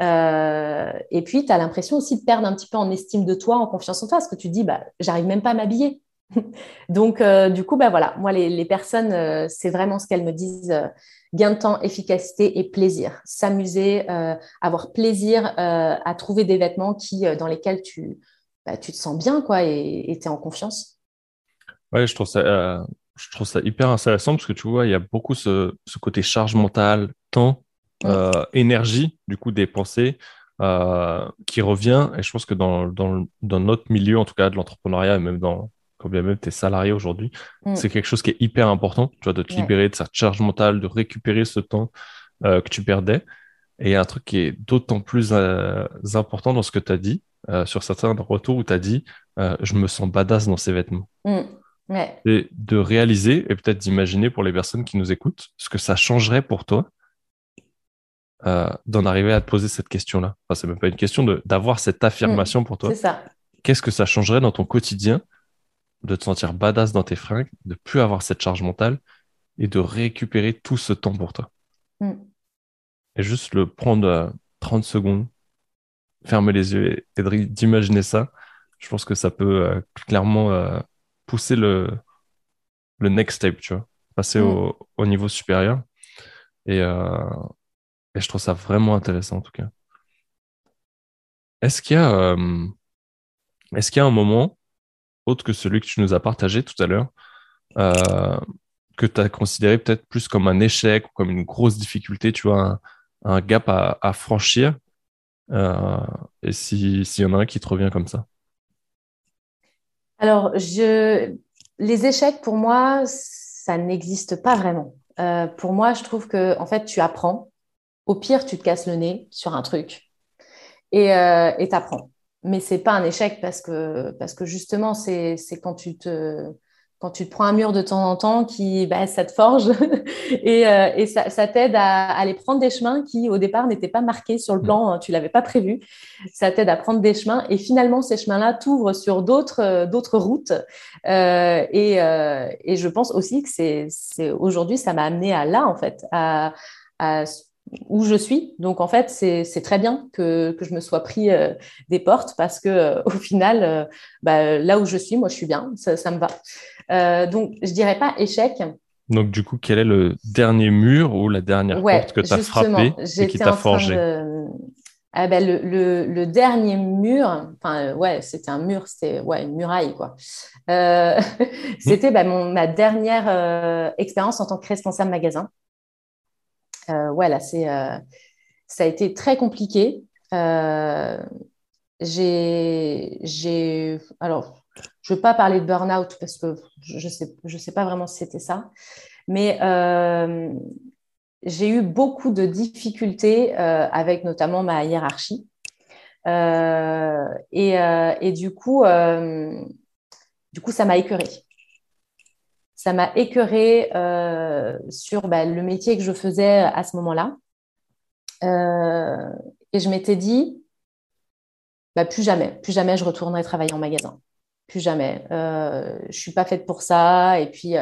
[SPEAKER 1] Et puis, tu as l'impression aussi de perdre un petit peu en estime de toi, en confiance en toi, parce que tu te dis, bah, j'arrive même pas à m'habiller. Donc, du coup, bah, voilà, moi, les personnes, c'est vraiment ce qu'elles me disent, gain de temps, efficacité et plaisir. S'amuser, avoir plaisir à trouver des vêtements dans lesquels tu te sens bien, quoi, et tu es en confiance.
[SPEAKER 2] Ouais, je trouve ça hyper intéressant parce que tu vois, il y a beaucoup ce côté charge mentale, temps,
[SPEAKER 1] Mm,
[SPEAKER 2] énergie, du coup, dépensée, qui revient. Et je pense que dans notre milieu, en tout cas de l'entrepreneuriat, et même quand bien même tu es salarié aujourd'hui, c'est
[SPEAKER 1] mm,
[SPEAKER 2] quelque chose qui est hyper important, tu vois, de te
[SPEAKER 1] ouais,
[SPEAKER 2] libérer de cette charge mentale, de récupérer ce temps que tu perdais. Et il y a un truc qui est d'autant plus important dans ce que tu as dit, sur certains retours où tu as dit, je me sens badass dans ces vêtements.
[SPEAKER 1] ouais,
[SPEAKER 2] Et de réaliser et peut-être d'imaginer pour les personnes qui nous écoutent ce que ça changerait pour toi d'en arriver à te poser cette question-là. Enfin, c'est même pas une question d'avoir cette
[SPEAKER 1] mm,
[SPEAKER 2] affirmation pour
[SPEAKER 1] c'est
[SPEAKER 2] toi.
[SPEAKER 1] ça.
[SPEAKER 2] Qu'est-ce que ça changerait dans ton quotidien de te sentir badass dans tes fringues, de plus avoir cette charge mentale et de récupérer tout ce temps pour toi.
[SPEAKER 1] Mm,
[SPEAKER 2] Et juste le prendre 30 secondes, fermer les yeux d'imaginer ça, je pense que ça peut clairement pousser le next step, tu vois, passer
[SPEAKER 1] mm.
[SPEAKER 2] au niveau supérieur. Et, euh, et je trouve ça vraiment intéressant en tout cas. Est-ce qu'il y a Est-ce qu'il y a un moment, autre que celui que tu nous as partagé tout à l'heure, euh, que tu as considéré peut-être plus comme un échec ou comme une grosse difficulté, tu vois, un gap à franchir, euh, et s'il y en a un qui te revient comme ça?
[SPEAKER 1] Alors, les échecs, pour moi, ça n'existe pas vraiment. Pour moi, je trouve que, en fait, tu apprends. Au pire, tu te casses le nez sur un truc et t'apprends. Mais c'est pas un échec parce que justement, c'est quand tu te prends un mur de temps en temps qui, bah, ça te forge et ça t'aide à aller prendre des chemins qui, au départ, n'étaient pas marqués sur le
[SPEAKER 2] Mm.
[SPEAKER 1] plan, hein, tu l'avais pas prévu. Ça t'aide à prendre des chemins et finalement, ces chemins-là t'ouvrent sur d'autres routes. Et je pense aussi que aujourd'hui, ça m'a amené à là, en fait, à où je suis. Donc, en fait, c'est très bien que je me sois pris des portes parce que au final, bah, là où je suis, moi, je suis bien, ça me va. Donc, je dirais pas échec.
[SPEAKER 2] Donc, du coup, quel est le dernier mur ou la dernière porte
[SPEAKER 1] Ouais,
[SPEAKER 2] que tu as
[SPEAKER 1] justement,
[SPEAKER 2] frappée et qui
[SPEAKER 1] j'étais
[SPEAKER 2] t'a
[SPEAKER 1] en train
[SPEAKER 2] forgé?
[SPEAKER 1] de. Ah ben, le dernier mur, enfin, ouais, c'était un mur, c'était ouais, une muraille, quoi. Euh,
[SPEAKER 2] Mm.
[SPEAKER 1] c'était bah, ma dernière expérience en tant que responsable magasin. Ouais, là, ça a été très compliqué. Euh, alors, je ne veux pas parler de burn-out parce que je sais pas vraiment si c'était ça, mais j'ai eu beaucoup de difficultés avec notamment ma hiérarchie. Et du coup, ça m'a écœurée. Ça m'a écœurée sur bah, le métier que je faisais à ce moment-là. Euh, et je m'étais dit, bah, plus jamais je retournerai travailler en magasin. Plus jamais. Je suis pas faite pour ça.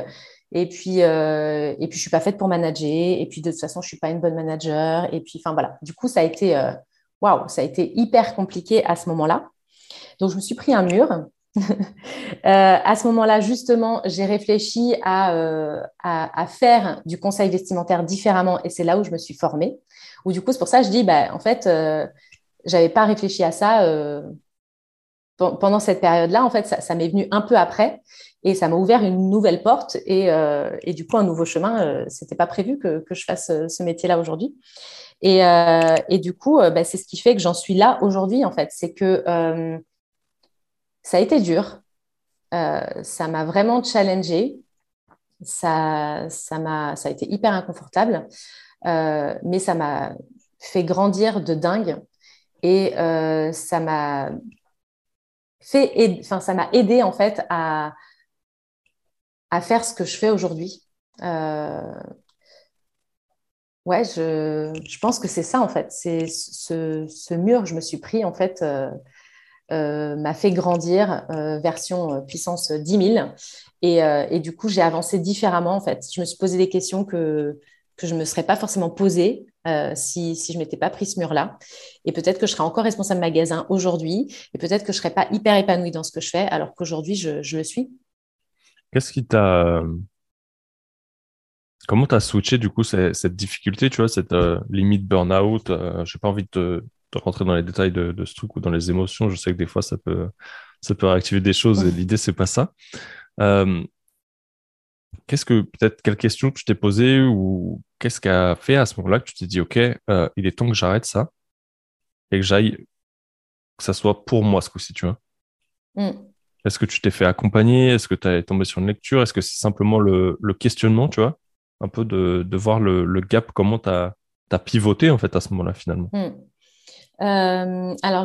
[SPEAKER 1] Et puis, je suis pas faite pour manager. Et puis, de toute façon, je suis pas une bonne manager. Et puis, enfin, voilà. Du coup, waouh, ça a été hyper compliqué à ce moment-là. Donc, je me suis pris un mur. À ce moment-là, justement, j'ai réfléchi à faire du conseil vestimentaire différemment. Et c'est là où je me suis formée. Ou du coup, c'est pour ça que je dis, bah, en fait, j'avais pas réfléchi à ça pendant cette période-là. En fait, ça m'est venu un peu après et ça m'a ouvert une nouvelle porte et du coup un nouveau chemin. C'était pas prévu que je fasse ce métier-là aujourd'hui. Et du coup, bah, c'est ce qui fait que j'en suis là aujourd'hui. En fait, c'est que ça a été dur. Ça m'a vraiment challengée. Ça a été hyper inconfortable, mais ça m'a fait grandir de dingue et enfin, ça m'a aidé en fait à faire ce que je fais aujourd'hui. Euh, ouais, je pense que c'est ça en fait. C'est ce mur que je me suis pris en fait m'a fait grandir version puissance 10 000 et du coup j'ai avancé différemment en fait. Je me suis posé des questions que je ne me serais pas forcément posées si je ne m'étais pas pris ce mur-là. Et peut-être que je serais encore responsable magasin aujourd'hui et peut-être que je ne serais pas hyper épanouie dans ce que je fais alors qu'aujourd'hui je le suis.
[SPEAKER 2] Qu'est-ce qui t'a, comment t'as switché du coup cette difficulté, tu vois, cette limite burn-out? J'ai pas envie de rentrer dans les détails de ce truc ou dans les émotions. Je sais que des fois ça peut réactiver des choses et l'idée c'est pas ça. Euh, Qu'est-ce que peut-être quelle question tu t'es posée ou qu'est-ce qui a fait à ce moment-là que tu t'es dit ok, il est temps que j'arrête ça et que j'aille que ça soit pour moi ce coup-ci, tu vois?
[SPEAKER 1] Mm.
[SPEAKER 2] Est-ce que tu t'es fait accompagner? Est-ce que tu es tombé sur une lecture? Est-ce que c'est simplement le questionnement, tu vois? Un peu de voir le gap, comment t'as pivoté en fait à ce moment-là finalement.
[SPEAKER 1] Mm. Alors,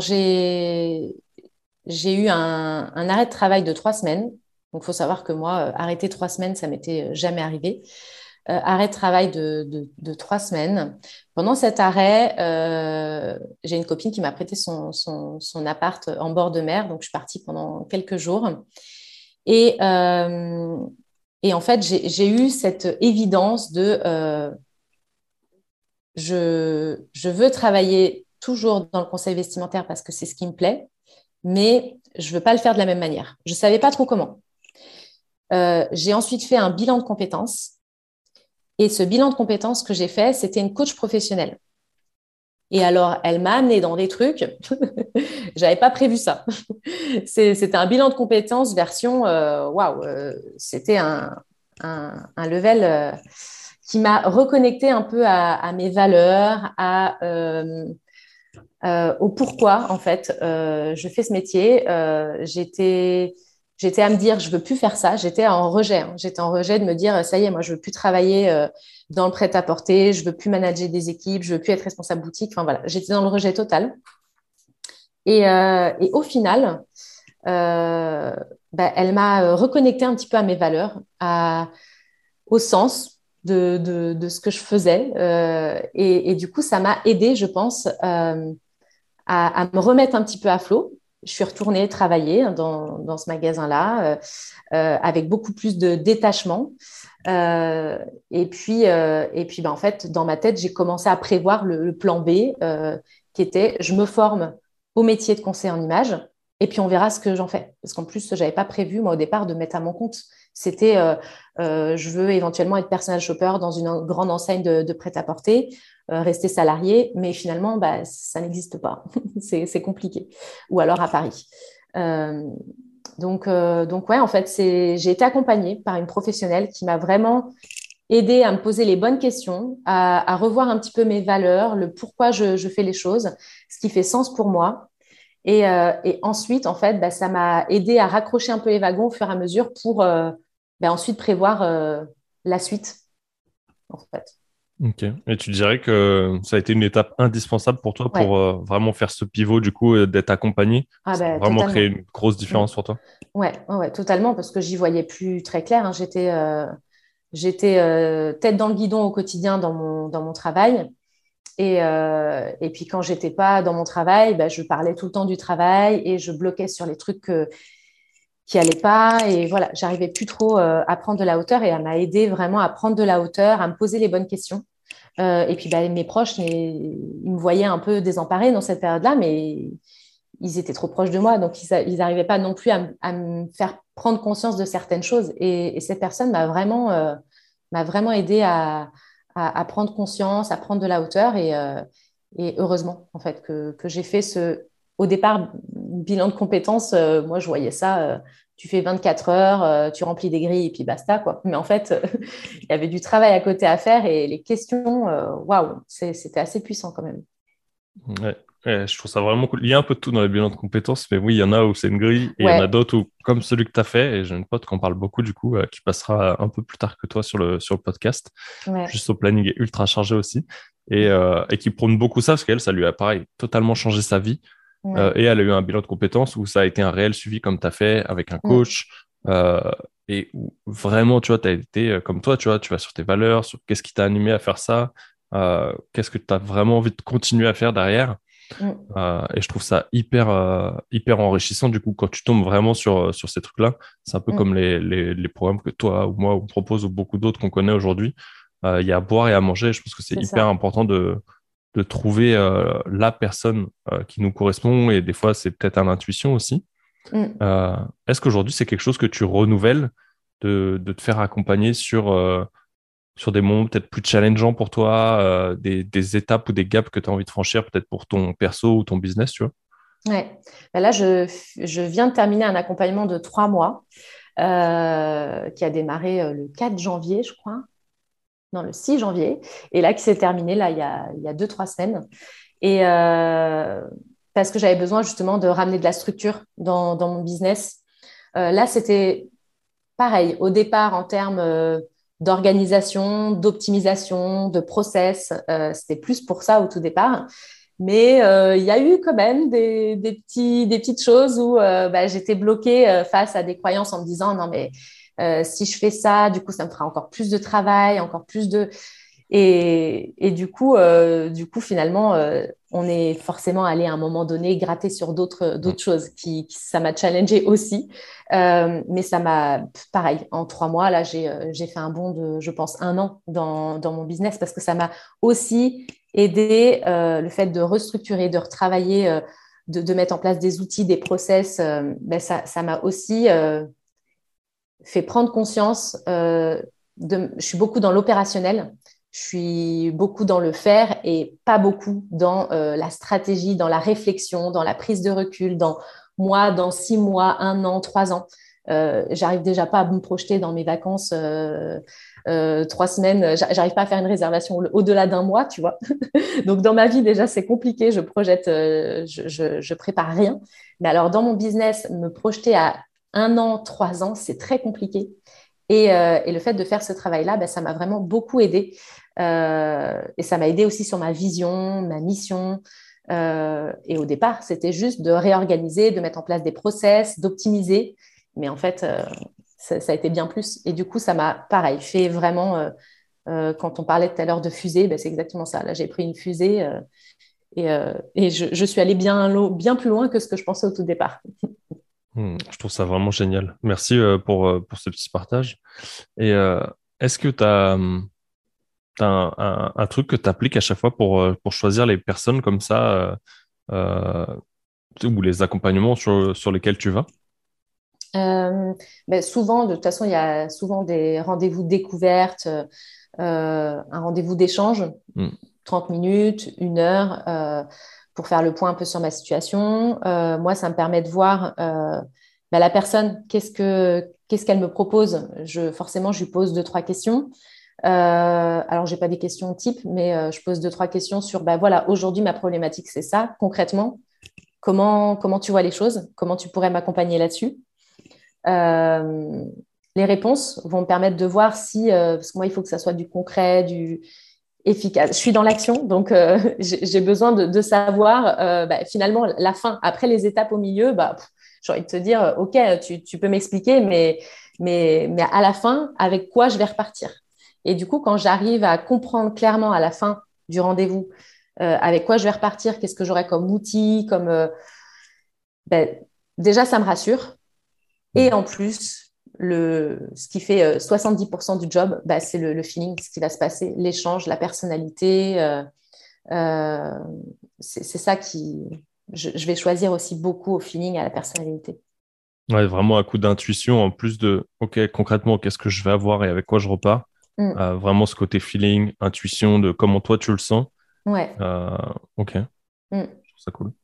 [SPEAKER 1] j'ai eu un arrêt de travail de 3 semaines. Donc, il faut savoir que moi, arrêter 3 semaines, ça m'était jamais arrivé. Arrêt de travail de 3 semaines. Pendant cet arrêt, j'ai une copine qui m'a prêté son appart en bord de mer. Donc, je suis partie pendant quelques jours. Et, euh, et en fait, j'ai eu cette évidence de je veux travailler toujours dans le conseil vestimentaire parce que c'est ce qui me plaît, mais je ne veux pas le faire de la même manière. Je ne savais pas trop comment. J'ai ensuite fait un bilan de compétences. Et ce bilan de compétences que j'ai fait, c'était une coach professionnelle. Et alors, elle m'a amené dans des trucs, j'avais pas prévu ça. C'était un bilan de compétences version, waouh, c'était un level qui m'a reconnecté un peu à mes valeurs, au pourquoi, en fait, je fais ce métier. J'étais à me dire, je veux plus faire ça. J'étais en rejet. Hein. J'étais en rejet de me dire, ça y est, moi, je veux plus travailler dans le prêt-à-porter. Je veux plus manager des équipes. Je veux plus être responsable boutique. Enfin voilà, j'étais dans le rejet total. Et au final, elle m'a reconnecté un petit peu à mes valeurs, au sens de ce que je faisais. Et du coup, ça m'a aidé, je pense, à me remettre un petit peu à flot. Je suis retournée travailler dans ce magasin-là avec beaucoup plus de détachement. Et puis, en fait, dans ma tête, j'ai commencé à prévoir le plan B qui était je me forme au métier de conseiller en images et puis on verra ce que j'en fais. Parce qu'en plus, je n'avais pas prévu, moi, au départ, de mettre à mon compte. C'était je veux éventuellement être personal shopper dans une grande enseigne de prêt-à-porter, rester salarié, mais finalement, ça n'existe pas. C'est compliqué. Ou alors à Paris. Euh, donc ouais, en fait, j'ai été accompagnée par une professionnelle qui m'a vraiment aidée à me poser les bonnes questions, à revoir un petit peu mes valeurs, le pourquoi je fais les choses, ce qui fait sens pour moi. Et ensuite, en fait, ça m'a aidé à raccrocher un peu les wagons au fur et à mesure pour ensuite prévoir la suite, en fait.
[SPEAKER 2] Ok. Et tu dirais que ça a été une étape indispensable pour toi pour
[SPEAKER 1] Ouais,
[SPEAKER 2] vraiment faire ce pivot, du coup, d'être accompagné.
[SPEAKER 1] ah,
[SPEAKER 2] Ça a vraiment créé
[SPEAKER 1] totalement.
[SPEAKER 2] une grosse
[SPEAKER 1] Mm.
[SPEAKER 2] différence pour toi.
[SPEAKER 1] Ouais, ouais, ouais, totalement, parce que j'y voyais plus très clair. Hein. J'étais tête dans le guidon au quotidien dans mon travail. Et puis quand j'étais pas dans mon travail, je parlais tout le temps du travail et je bloquais sur les trucs qui allaient pas. Et voilà, j'arrivais plus trop à prendre de la hauteur et elle m'a aidé vraiment à prendre de la hauteur, à me poser les bonnes questions. Et puis mes proches, ils me voyaient un peu désemparée dans cette période-là, mais ils étaient trop proches de moi, donc ils n'arrivaient pas non plus à me faire prendre conscience de certaines choses. Et cette personne m'a vraiment aidé à prendre conscience, à prendre de la hauteur. Et heureusement, en fait, que j'ai fait au départ, bilan de compétences. Moi, je voyais ça. Tu fais 24 heures, tu remplis des grilles et puis basta, quoi. Mais en fait, il y avait du travail à côté à faire et les questions, waouh, c'était assez puissant quand même.
[SPEAKER 2] Ouais. Ouais, je trouve ça vraiment cool. Il y a un peu de tout dans les bilans de compétences, mais oui, il y en a où c'est une grille et il y en a
[SPEAKER 1] Ouais.
[SPEAKER 2] d'autres où, comme celui que tu as fait, et j'ai une pote qui en parle beaucoup du coup, qui passera un peu plus tard que toi sur le podcast,
[SPEAKER 1] Ouais.
[SPEAKER 2] juste au planning est ultra chargé aussi, et qui prône beaucoup ça parce qu'elle, ça lui a pareil totalement changé sa vie.
[SPEAKER 1] Ouais.
[SPEAKER 2] Et elle a eu un bilan de compétences où ça a été un réel suivi comme tu as fait avec un
[SPEAKER 1] Mm.
[SPEAKER 2] coach. euh, et où vraiment, tu vois, tu as été comme toi, tu vois, tu vas sur tes valeurs, sur qu'est-ce qui t'a animé à faire ça, qu'est-ce que tu as vraiment envie de continuer à faire derrière.
[SPEAKER 1] Mm.
[SPEAKER 2] Et je trouve ça hyper enrichissant du coup quand tu tombes vraiment sur ces trucs-là. C'est un peu
[SPEAKER 1] Mm.
[SPEAKER 2] comme les programmes que toi ou moi on propose ou beaucoup d'autres qu'on connaît aujourd'hui. Il y a à boire et à manger. Je pense que c'est
[SPEAKER 1] C'est
[SPEAKER 2] hyper
[SPEAKER 1] ça.
[SPEAKER 2] important de trouver la personne qui nous correspond et des fois c'est peut-être à l'intuition aussi.
[SPEAKER 1] Mm.
[SPEAKER 2] Euh, Est-ce qu'aujourd'hui c'est quelque chose que tu renouvelles de te faire accompagner sur des moments peut-être plus challengeants pour toi, des étapes ou des gaps que tu as envie de franchir, peut-être pour ton perso ou ton business, tu vois?
[SPEAKER 1] Ouais. Là, je viens de terminer un accompagnement de 3 mois qui a démarré le 4 janvier, je crois. Non, le 6 janvier. Et là, qui s'est terminé là, il y a 2, 3 semaines. Et parce que j'avais besoin justement de ramener de la structure dans mon business. Là, c'était pareil. Au départ, en termes d'organisation, d'optimisation, de process, c'était plus pour ça au tout départ. Mais il y a eu quand même des petites choses où j'étais bloquée face à des croyances en me disant non mais si je fais ça, du coup ça me fera encore plus de travail, encore plus de et du coup finalement on est forcément allé à un moment donné gratter sur d'autres choses ça m'a challengé aussi. Mais ça m'a pareil en 3 mois là j'ai fait un bond de je pense un an dans mon business parce que ça m'a aussi aidé le fait de restructurer, de retravailler, de mettre en place des outils, des process. Ça m'a aussi fait prendre conscience je suis beaucoup dans l'opérationnel. Je suis beaucoup dans le faire et pas beaucoup dans la stratégie, dans la réflexion, dans la prise de recul, dans moi, dans 6 mois, 1 an, 3 ans. J'arrive déjà pas à me projeter dans mes vacances 3 semaines. J'arrive pas à faire une réservation au-delà d'un mois, tu vois. Donc dans ma vie déjà c'est compliqué. Je projette, je prépare rien. Mais alors dans mon business, me projeter à 1 an, 3 ans, c'est très compliqué. Et le fait de faire ce travail-là, ben, ça m'a vraiment beaucoup aidé. Et ça m'a aidé aussi sur ma vision, ma mission. Et au départ, c'était juste de réorganiser, de mettre en place des process, d'optimiser. Mais en fait, ça a été bien plus. Et du coup, ça m'a, pareil, fait vraiment, quand on parlait tout à l'heure de fusée, ben, c'est exactement ça. Là, j'ai pris une fusée et je suis allée bien plus loin que ce que je pensais au tout départ.
[SPEAKER 2] Je trouve ça vraiment génial. Merci pour ce petit partage. Et est-ce que tu as, un truc que tu appliques à chaque fois pour choisir les personnes comme ça euh, ou les accompagnements sur lesquels tu vas?
[SPEAKER 1] Ben, souvent, de toute façon, il y a souvent des rendez-vous découvertes, un rendez-vous d'échange,
[SPEAKER 2] Hmm.
[SPEAKER 1] 30 minutes, 1 heure, pour faire le point un peu sur ma situation. Moi, ça me permet de voir ben, la personne, qu'est-ce qu'elle me propose. Forcément, je lui pose 2, 3 questions. Alors, j'ai pas des questions type, mais je pose 2, 3 questions sur, ben voilà, aujourd'hui, ma problématique, c'est ça. Concrètement, comment tu vois les choses? Comment tu pourrais m'accompagner là-dessus? Euh, les réponses vont me permettre de voir si, parce que moi, il faut que ça soit du concret, du efficace. Je suis dans l'action, donc j'ai besoin de savoir bah, finalement la fin. Après les étapes au milieu, bah, j'ai envie de te dire, OK, tu peux m'expliquer, mais à la fin, avec quoi je vais repartir? Et du coup, quand j'arrive à comprendre clairement à la fin du rendez-vous avec quoi je vais repartir, qu'est-ce que j'aurai comme outil, ben, déjà, ça me rassure. Et
[SPEAKER 2] Hmm.
[SPEAKER 1] en plus, ce qui fait 70% du job, bah, c'est le feeling, ce qui va se passer, l'échange, la personnalité. Euh, c'est ça qui. Je vais choisir aussi beaucoup au feeling, à la personnalité.
[SPEAKER 2] Ouais, vraiment un coup d'intuition en plus de, OK, concrètement, qu'est-ce que je vais avoir et avec quoi je repars?
[SPEAKER 1] Mm.
[SPEAKER 2] Vraiment ce côté feeling, intuition de comment toi tu le sens.
[SPEAKER 1] Ouais.
[SPEAKER 2] Euh, OK, je
[SPEAKER 1] Mm.
[SPEAKER 2] trouve ça cool.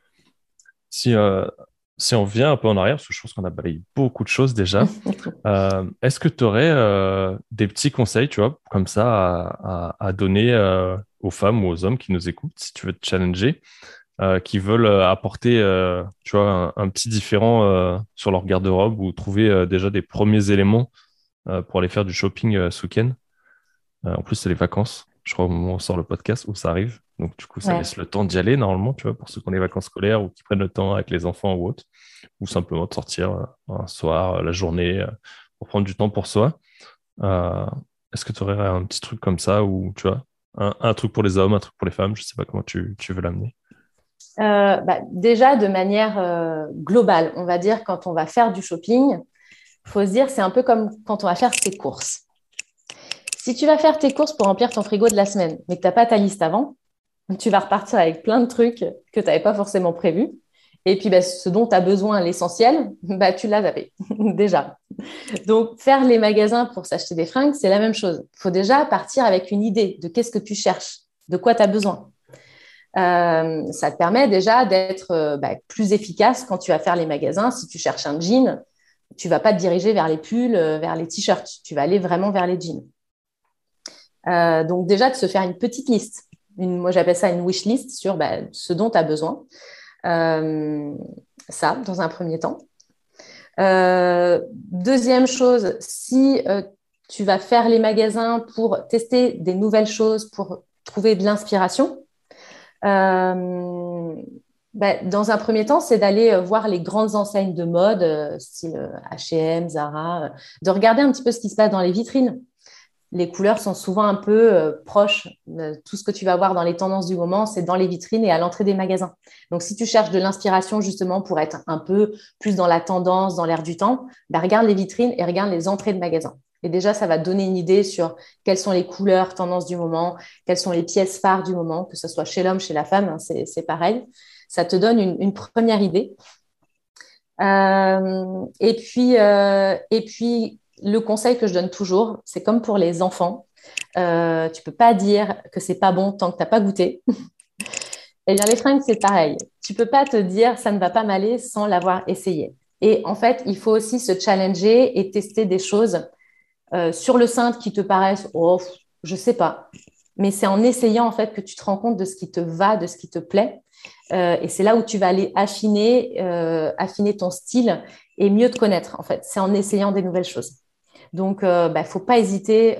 [SPEAKER 2] Si, euh, si on vient un peu en arrière, parce que je pense qu'on a balayé beaucoup de choses déjà, est-ce que tu aurais des petits conseils, tu vois, comme ça à donner aux femmes ou aux hommes qui nous écoutent, si tu veux te challenger, qui veulent apporter, tu vois, un petit différent sur leur garde-robe ou trouver déjà des premiers éléments pour aller faire du shopping ce week-end. En plus, c'est les vacances, je crois, au moment où on sort le podcast, où ça arrive. Donc, du coup, ça
[SPEAKER 1] Ouais.
[SPEAKER 2] laisse le temps d'y aller, normalement, tu vois, pour ceux qui ont les vacances scolaires ou qui prennent le temps avec les enfants ou autres, ou simplement de sortir un soir, la journée, pour prendre du temps pour soi. Euh, Est-ce que tu aurais un petit truc comme ça, ou, tu vois, un truc pour les hommes, un truc pour les femmes, je sais pas comment tu veux l'amener.
[SPEAKER 1] Bah, déjà, de manière globale, on va dire, quand on va faire du shopping, il faut se dire, c'est un peu comme quand on va faire ses courses. Si tu vas faire tes courses pour remplir ton frigo de la semaine, mais que tu n'as pas ta liste avant, tu vas repartir avec plein de trucs que tu n'avais pas forcément prévus. Et puis, bah, ce dont tu as besoin, l'essentiel, bah, tu l'as zappé déjà. Donc, faire les magasins pour s'acheter des fringues, c'est la même chose. Il faut déjà partir avec une idée de qu'est-ce que tu cherches, de quoi tu as besoin. Ça te permet déjà d'être bah, plus efficace quand tu vas faire les magasins. Si tu cherches un jean, tu ne vas pas te diriger vers les pulls, vers les t-shirts. Tu vas aller vraiment vers les jeans. Donc déjà, de se faire une petite liste. Moi, j'appelle ça une wish list sur bah, ce dont tu as besoin. Euh, Ça, dans un premier temps. Deuxième chose, si tu vas faire les magasins pour tester des nouvelles choses, pour trouver de l'inspiration, euh, bah, dans un premier temps, c'est d'aller voir les grandes enseignes de mode, style H&M, Zara, de regarder un petit peu ce qui se passe dans les vitrines. Les couleurs sont souvent un peu proches. Tout ce que tu vas voir dans les tendances du moment, c'est dans les vitrines et à l'entrée des magasins. Donc, si tu cherches de l'inspiration justement pour être un peu plus dans la tendance, dans l'air du temps, bah, regarde les vitrines et regarde les entrées de magasins. Et déjà, ça va te donner une idée sur quelles sont les couleurs tendances du moment, quelles sont les pièces phares du moment, que ce soit chez l'homme, chez la femme, hein, c'est pareil. Ça te donne une première idée. Et puis, le conseil que je donne toujours, c'est comme pour les enfants. Tu peux pas dire que c'est pas bon tant que t'as pas goûté. Eh bien, les fringues, c'est pareil. Tu peux pas te dire ça ne va pas m'aller sans l'avoir essayé. Et en fait, il faut aussi se challenger et tester des choses sur le sein qui te paraissent, oh, je sais pas. Mais c'est en essayant en fait que tu te rends compte de ce qui te va, de ce qui te plaît. Et c'est là où tu vas aller affiner ton style et mieux te connaître en fait. C'est en essayant des nouvelles choses. Donc, faut pas hésiter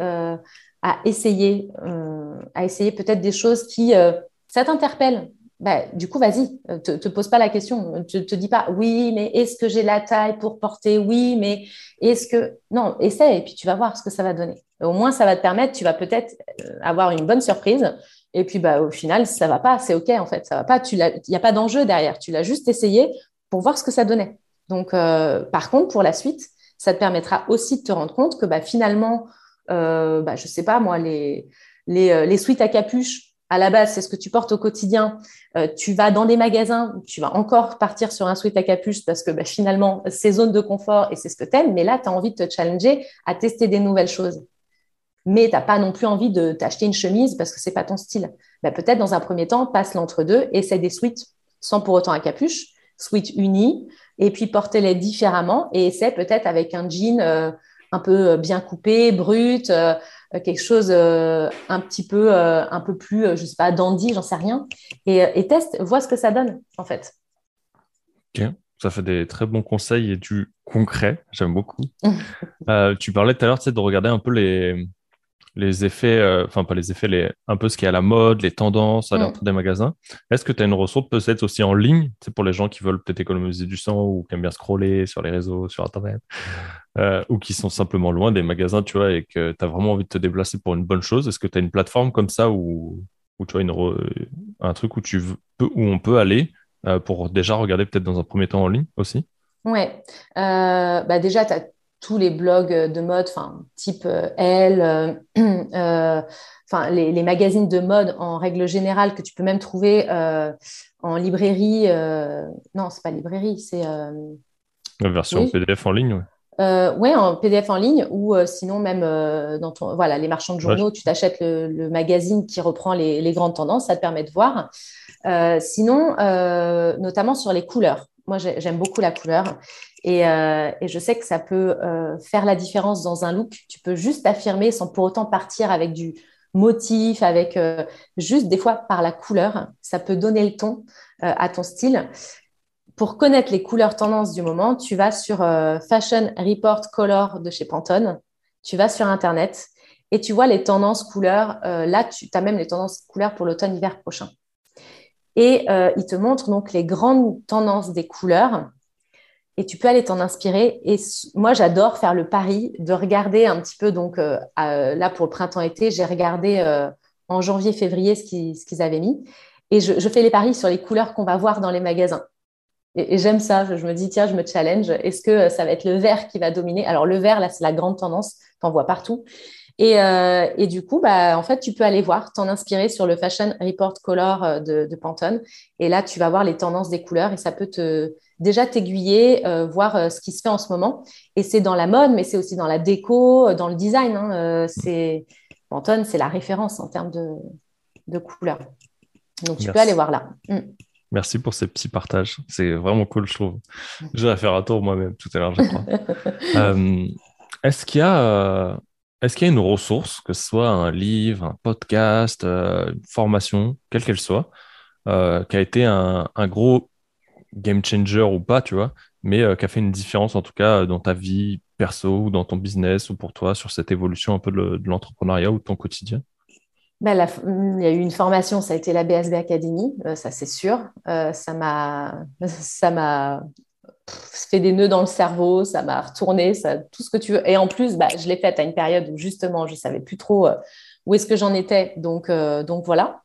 [SPEAKER 1] à essayer peut-être des choses qui ça t'interpelle. Du coup, vas-y, te pose pas la question. Te dis pas oui, mais est-ce que j'ai la taille pour porter? Oui, mais est-ce que non, essaie et puis tu vas voir ce que ça va donner. Au moins, ça va te permettre, tu vas peut-être avoir une bonne surprise. Et puis, au final, ça va pas, c'est OK en fait, ça va pas. Il n'y a pas d'enjeu derrière. Tu l'as juste essayé pour voir ce que ça donnait. Donc, par contre, pour la suite, ça te permettra aussi de te rendre compte que finalement, je sais pas moi, les sweats à capuche, à la base, c'est ce que tu portes au quotidien. Tu vas dans des magasins, tu vas encore partir sur un sweat à capuche parce que finalement, c'est zone de confort et c'est ce que tu aimes. Mais là, tu as envie de te challenger à tester des nouvelles choses. Mais tu n'as pas non plus envie de t'acheter une chemise parce que c'est pas ton style. Peut-être dans un premier temps, passe l'entre-deux, essaie des sweats sans pour autant à capuche, sweats unis, et puis portez-les différemment et essaie peut-être avec un jean un peu bien coupé, brut, quelque chose un peu plus, je sais pas, dandy, j'en sais rien, et teste, vois ce que ça donne en fait.
[SPEAKER 2] Ok, ça fait des très bons conseils et du concret, j'aime beaucoup. Tu parlais tout à l'heure, tu sais, de regarder un peu les effets, enfin pas les effets, un peu ce qui est à la mode, les tendances à l'entrée des magasins. Est-ce que tu as une ressource peut-être aussi en ligne, tu sais, pour les gens qui veulent peut-être économiser du sang ou qui aiment bien scroller sur les réseaux, sur Internet, ou qui sont simplement loin des magasins, tu vois, et que tu as vraiment envie de te déplacer pour une bonne chose? Est-ce que tu as une plateforme comme ça où tu vois un truc où où on peut aller pour déjà regarder peut-être dans un premier temps en ligne aussi?
[SPEAKER 1] Ouais. Déjà, tu as tous les blogs de mode, type Elle, les magazines de mode en règle générale que tu peux même trouver en librairie. Non, c'est pas librairie, c'est
[SPEAKER 2] La version
[SPEAKER 1] oui.
[SPEAKER 2] PDF en ligne, ouais.
[SPEAKER 1] Ouais, en PDF en ligne ou sinon même voilà, les marchands de
[SPEAKER 2] Ouais,
[SPEAKER 1] journaux, tu t'achètes le magazine qui reprend les grandes tendances, ça te permet de voir. Sinon, notamment sur les couleurs. Moi, j'aime beaucoup la couleur et je sais que ça peut faire la différence dans un look. Tu peux juste affirmer sans pour autant partir avec du motif, avec juste des fois par la couleur. Ça peut donner le ton à ton style. Pour connaître les couleurs tendances du moment, tu vas sur Fashion Report Color de chez Pantone. Tu vas sur Internet et tu vois les tendances couleurs. Là, tu as même les tendances couleurs pour l'automne-hiver prochain. Et il te montre donc les grandes tendances des couleurs et tu peux aller t'en inspirer. Et moi, j'adore faire le pari de regarder un petit peu. Donc là, pour le printemps-été, j'ai regardé en janvier-février ce qu'ils avaient mis. Et je fais les paris sur les couleurs qu'on va voir dans les magasins. Et j'aime ça. Je me dis, tiens, je me challenge. Est-ce que ça va être le vert qui va dominer? Alors, le vert, là, c'est la grande tendance. Tu en vois partout. Et du coup, en fait, tu peux aller voir, t'en inspirer sur le Fashion Report Color de Pantone. Et là, tu vas voir les tendances des couleurs et ça peut déjà t'aiguiller, voir ce qui se fait en ce moment. Et c'est dans la mode, mais c'est aussi dans la déco, dans le design, hein. Pantone, c'est la référence en termes de couleurs. Donc, tu peux aller
[SPEAKER 2] merci.
[SPEAKER 1] voir là.
[SPEAKER 2] Merci pour ces petits partages. C'est vraiment cool, je trouve. Je vais faire un tour moi-même tout à l'heure, je crois. Euh, est-ce qu'il y a, est-ce qu'il y a une ressource, que ce soit un livre, un podcast, une formation, quelle qu'elle soit, qui a été un gros game changer ou pas, tu vois, mais qui a fait une différence en tout cas dans ta vie perso ou dans ton business ou pour toi sur cette évolution un peu de l'entrepreneuriat ou de ton quotidien?
[SPEAKER 1] Il y a eu une formation, ça a été la BSB Academy, ça c'est sûr. Ça m'a fait des nœuds dans le cerveau, ça m'a retourné, ça, tout ce que tu veux. Et en plus, je l'ai faite à une période où justement, je savais plus trop où est-ce que j'en étais. Donc voilà.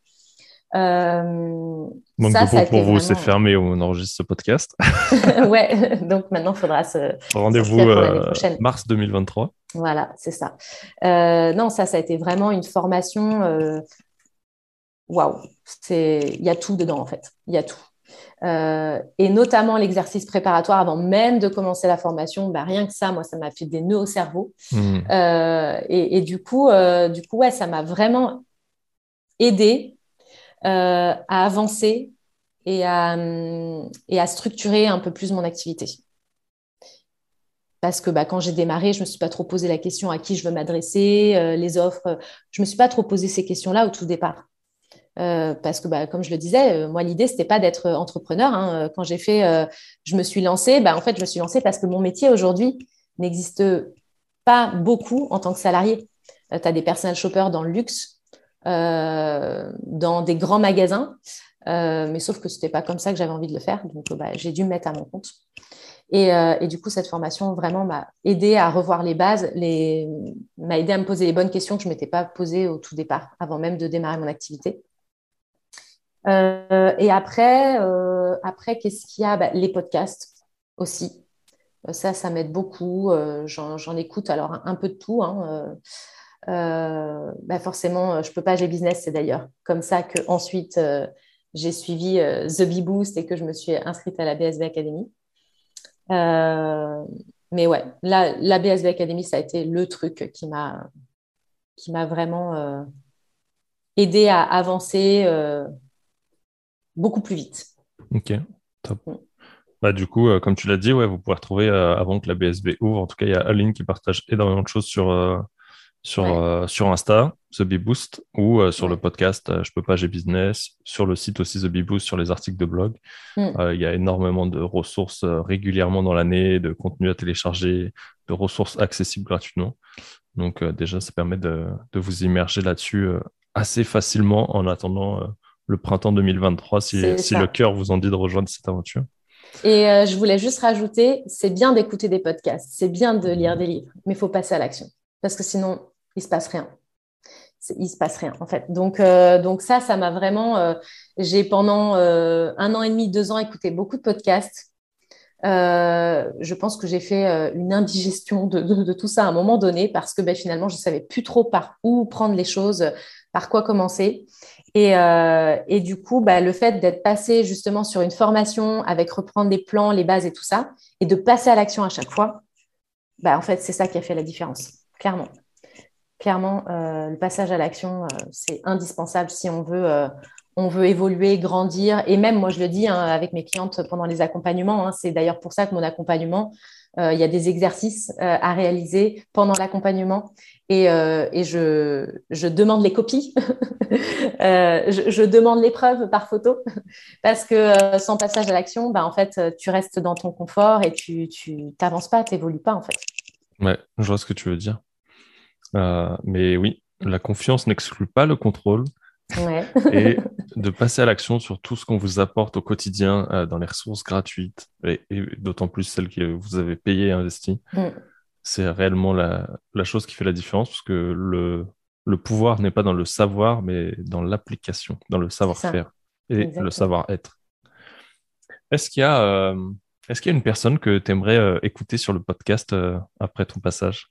[SPEAKER 2] Manque de
[SPEAKER 1] Ça a
[SPEAKER 2] peau pour
[SPEAKER 1] été
[SPEAKER 2] vous, c'est
[SPEAKER 1] vraiment.
[SPEAKER 2] fermé où on enregistre ce podcast.
[SPEAKER 1] Ouais, donc maintenant, il faudra
[SPEAKER 2] Rendez-vous
[SPEAKER 1] s'inscrire pour l'année prochaine.
[SPEAKER 2] mars 2023.
[SPEAKER 1] Voilà, c'est ça. Non, ça a été vraiment une formation. Waouh, il y a tout dedans en fait. Il y a tout. Et notamment l'exercice préparatoire avant même de commencer la formation, rien que ça, moi, ça m'a fait des nœuds au cerveau.
[SPEAKER 2] Hmm.
[SPEAKER 1] Et du coup, ouais, ça m'a vraiment aidé à avancer et à structurer un peu plus mon activité. Parce que quand j'ai démarré, je ne me suis pas trop posé la question à qui je veux m'adresser, les offres. Je ne me suis pas trop posé ces questions-là au tout départ. Parce que, comme je le disais, moi, l'idée, ce n'était pas d'être entrepreneur. Hein. Quand je me suis lancée, en fait, je me suis lancée parce que mon métier aujourd'hui n'existe pas beaucoup en tant que salarié. Tu as des personal shoppers dans le luxe, dans des grands magasins, mais sauf que ce n'était pas comme ça que j'avais envie de le faire. Donc, j'ai dû me mettre à mon compte. Et du coup, cette formation vraiment m'a aidé à revoir les bases, m'a aidé à me poser les bonnes questions que je ne m'étais pas posées au tout départ, avant même de démarrer mon activité. Et après, qu'est-ce qu'il y a? Les podcasts aussi. Ça m'aide beaucoup. J'en écoute alors un peu de tout. Hein. Forcément, je peux pas, j'ai business. C'est d'ailleurs comme ça que ensuite j'ai suivi The Bee Boost et que je me suis inscrite à la BSB Academy. Euh, mais ouais, la BSB Academy, ça a été le truc qui m'a vraiment aidé à avancer beaucoup plus vite.
[SPEAKER 2] Ok, top.
[SPEAKER 1] Mm.
[SPEAKER 2] Du coup, comme tu l'as dit, ouais, vous pouvez retrouver avant que la BSB ouvre. En tout cas, il y a Aline qui partage énormément de choses
[SPEAKER 1] Ouais,
[SPEAKER 2] sur Insta, The Bee Boost, ou sur le
[SPEAKER 1] ouais.
[SPEAKER 2] podcast Je peux pas, j'ai business, sur le site aussi The Bee Boost, sur les articles de blog.
[SPEAKER 1] Mm.
[SPEAKER 2] Il y a énormément de ressources régulièrement dans l'année, de contenu à télécharger, de ressources accessibles gratuitement. Donc déjà, ça permet de vous immerger là-dessus assez facilement en attendant le printemps 2023
[SPEAKER 1] C'est
[SPEAKER 2] si le
[SPEAKER 1] ça.
[SPEAKER 2] cœur vous en dit de rejoindre cette aventure.
[SPEAKER 1] Et je voulais juste rajouter, c'est bien d'écouter des podcasts, c'est bien de lire des livres, mais il faut passer à l'action. Parce que sinon, il se passe rien. Il se passe rien, en fait. Donc ça m'a vraiment... j'ai pendant 1 an et demi, 2 ans écouté beaucoup de podcasts. Je pense que j'ai fait une indigestion de tout ça à un moment donné parce que finalement, je ne savais plus trop par où prendre les choses, par quoi commencer. Et du coup, le fait d'être passé justement sur une formation avec reprendre les plans, les bases et tout ça, et de passer à l'action à chaque fois, en fait, c'est ça qui a fait la différence, clairement. Clairement, le passage à l'action, c'est indispensable si on veut évoluer, grandir. Et même, moi, je le dis avec mes clientes pendant les accompagnements, c'est d'ailleurs pour ça que mon accompagnement, il y a des exercices à réaliser pendant l'accompagnement. Et je demande les copies, je demande les preuves par photo, parce que sans passage à l'action, en fait, tu restes dans ton confort et tu t'avances pas, tu n'évolues pas, en fait.
[SPEAKER 2] Ouais, je vois ce que tu veux dire. Mais oui, la confiance n'exclut pas le contrôle
[SPEAKER 1] Ouais.
[SPEAKER 2] et de passer à l'action sur tout ce qu'on vous apporte au quotidien dans les ressources gratuites et d'autant plus celles que vous avez payées et investies.
[SPEAKER 1] Mm.
[SPEAKER 2] C'est réellement la chose qui fait la différence parce que le pouvoir n'est pas dans le savoir, mais dans l'application, dans le
[SPEAKER 1] C'est ça,
[SPEAKER 2] savoir-faire et le
[SPEAKER 1] exactement.
[SPEAKER 2] savoir-être. Est-ce qu'il y a, euh, est-ce qu'il y a une personne que tu aimerais écouter sur le podcast après ton passage?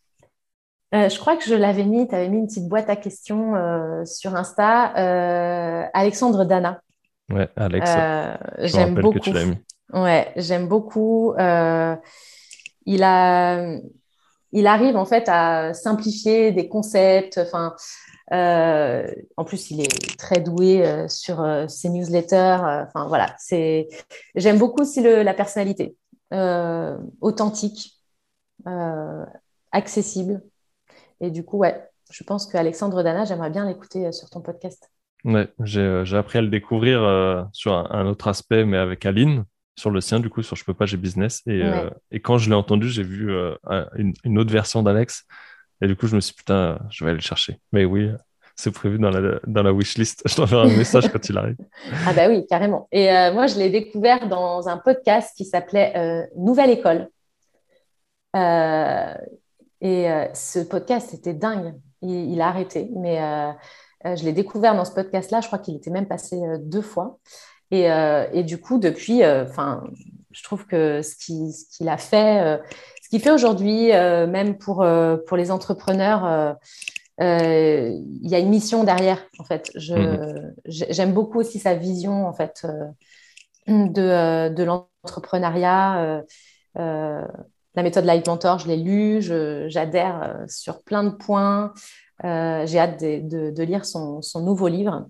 [SPEAKER 1] Je crois que je l'avais mis, tu avais mis une petite boîte à questions sur Insta. Alexandre Dana.
[SPEAKER 2] Ouais, Alex, je me
[SPEAKER 1] J'aime
[SPEAKER 2] rappelle que
[SPEAKER 1] beaucoup.
[SPEAKER 2] tu l'as mis.
[SPEAKER 1] Ouais, j'aime beaucoup. Il a, il arrive en fait à simplifier des concepts. Enfin, en plus, il est très doué sur ses newsletters. Enfin, voilà, J'aime beaucoup aussi la personnalité, authentique, euh, accessible. Et du coup, ouais, je pense qu'Alexandre Dana, j'aimerais bien l'écouter sur ton podcast.
[SPEAKER 2] Ouais, j'ai appris à le découvrir sur un autre aspect, mais avec Aline, sur le sien, du coup, sur Je peux pas, j'ai business.
[SPEAKER 1] Ouais.
[SPEAKER 2] Et quand je l'ai entendu, j'ai vu une autre version d'Alex. Et du coup, je me suis dit, putain, je vais aller le chercher. Mais oui, c'est prévu dans la wishlist. Je t'enverrai un message quand il arrive.
[SPEAKER 1] Ah bah oui, carrément. Et moi, je l'ai découvert dans un podcast qui s'appelait Nouvelle École. Euh, ce podcast était dingue. Il a arrêté, mais je l'ai découvert dans ce podcast-là. Je crois qu'il était même passé 2 fois. Et du coup, depuis, enfin, je trouve que ce qu'il a fait, ce qu'il fait aujourd'hui, même pour les entrepreneurs, il y a une mission derrière, en fait.
[SPEAKER 2] Mm, mm.
[SPEAKER 1] J'aime beaucoup aussi sa vision, en fait, de l'entrepreneuriat. La méthode Live Mentor, je l'ai lu, j'adhère sur plein de points. J'ai hâte de lire son nouveau livre.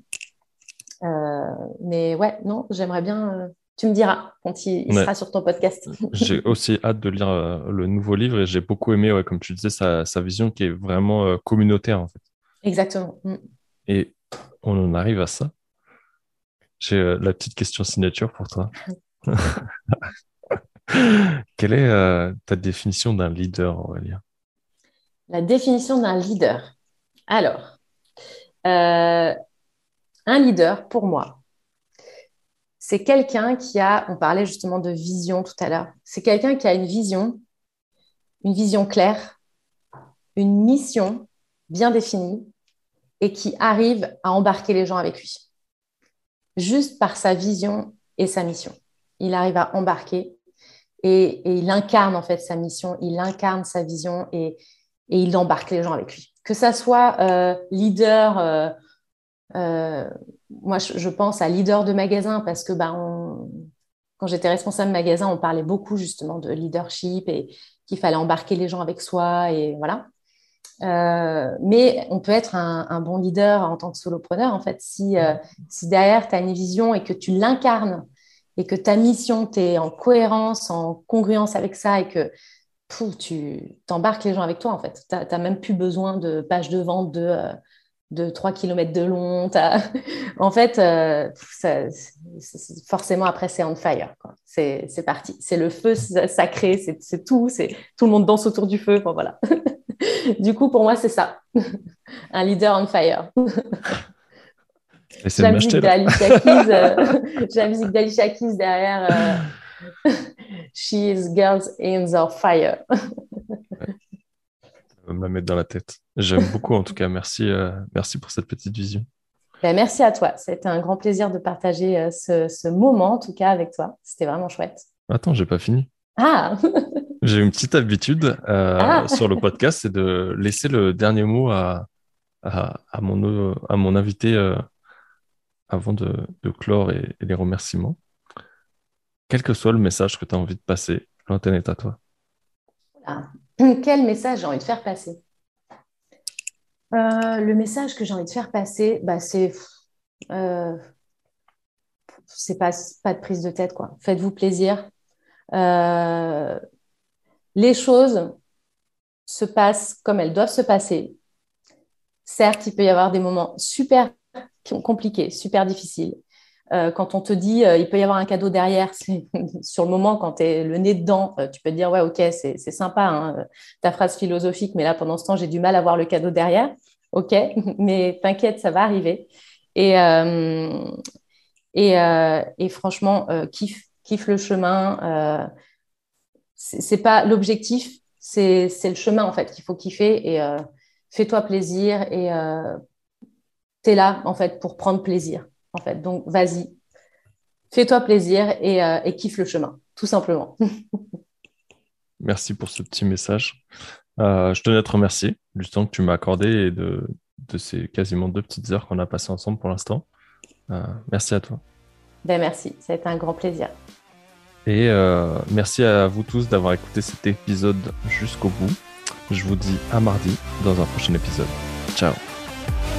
[SPEAKER 1] Mais ouais, non, j'aimerais bien. Tu me diras quand il
[SPEAKER 2] Ouais.
[SPEAKER 1] sera sur ton podcast.
[SPEAKER 2] J'ai aussi hâte de lire le nouveau livre et j'ai beaucoup aimé, ouais, comme tu disais, sa vision qui est vraiment communautaire en fait.
[SPEAKER 1] Exactement. Mm.
[SPEAKER 2] Et on en arrive à ça. J'ai la petite question signature pour toi. Quelle est ta définition d'un leader, Aurélien?
[SPEAKER 1] La définition d'un leader. Alors, un leader, pour moi, c'est quelqu'un qui a, on parlait justement de vision tout à l'heure, c'est quelqu'un qui a une vision claire, une mission bien définie et qui arrive à embarquer les gens avec lui. Juste par sa vision et sa mission. Il arrive à embarquer et il incarne en fait sa mission, il incarne sa vision et il embarque les gens avec lui. Que ça soit leader, moi je pense à leader de magasin parce que quand j'étais responsable de magasin, on parlait beaucoup justement de leadership et qu'il fallait embarquer les gens avec soi et voilà. Mais on peut être un bon leader en tant que solopreneur, en fait, si derrière, tu as une vision et que tu l'incarnes et que ta mission, tu es en cohérence, en congruence avec ça et que tu t'embarques les gens avec toi, en fait. Tu n'as même plus besoin de pages de vente de 3 km de long. En fait, forcément, après, c'est on fire, quoi. C'est parti. C'est le feu sacré, c'est tout. Tout le monde danse autour du feu. Bon, voilà. Du coup, pour moi, c'est ça. Un leader on fire.
[SPEAKER 2] Essayez
[SPEAKER 1] J'ai
[SPEAKER 2] de
[SPEAKER 1] la
[SPEAKER 2] m'acheter
[SPEAKER 1] musique
[SPEAKER 2] là.
[SPEAKER 1] d'Alicia Keys, j'ai la musique d'Alicia Keys derrière. She is girls in the fire.
[SPEAKER 2] Va me la mettre dans la tête. J'aime beaucoup en tout cas. Merci, merci pour cette petite vision.
[SPEAKER 1] Ben, merci à toi. C'était un grand plaisir de partager ce moment, en tout cas, avec toi. C'était vraiment chouette.
[SPEAKER 2] Attends, j'ai pas fini.
[SPEAKER 1] Ah,
[SPEAKER 2] J'ai une petite habitude
[SPEAKER 1] ah,
[SPEAKER 2] sur le podcast, c'est de laisser le dernier mot à mon invité avant de clore et les remerciements. Quel que soit le message que tu as envie de passer, l'antenne est à toi.
[SPEAKER 1] ah. Quel message j'ai envie de faire passer? Le message que j'ai envie de faire passer, euh, c'est pas de prise de tête, quoi. Faites-vous plaisir. Euh, les choses se passent comme elles doivent se passer. Certes, il peut y avoir des moments super compliqués, super difficiles. Quand on te dit il peut y avoir un cadeau derrière, sur le moment, quand tu es le nez dedans, tu peux te dire ouais, ok, c'est sympa, hein, ta phrase philosophique, mais là, pendant ce temps, j'ai du mal à voir le cadeau derrière. Ok, mais t'inquiète, ça va arriver. Et, et franchement, kiffe le chemin. C'est pas l'objectif, c'est le chemin en fait qu'il faut kiffer et fais-toi plaisir et t'es là en fait pour prendre plaisir en fait. Donc vas-y, fais-toi plaisir et kiffe le chemin, tout simplement.
[SPEAKER 2] Merci pour ce petit message. Je tenais à te remercier du temps que tu m'as accordé et de ces quasiment 2 petites heures qu'on a passées ensemble pour l'instant. Merci à toi.
[SPEAKER 1] Ben merci, ça a été un grand plaisir.
[SPEAKER 2] Et merci à vous tous d'avoir écouté cet épisode jusqu'au bout. Je vous dis à mardi dans un prochain épisode. Ciao.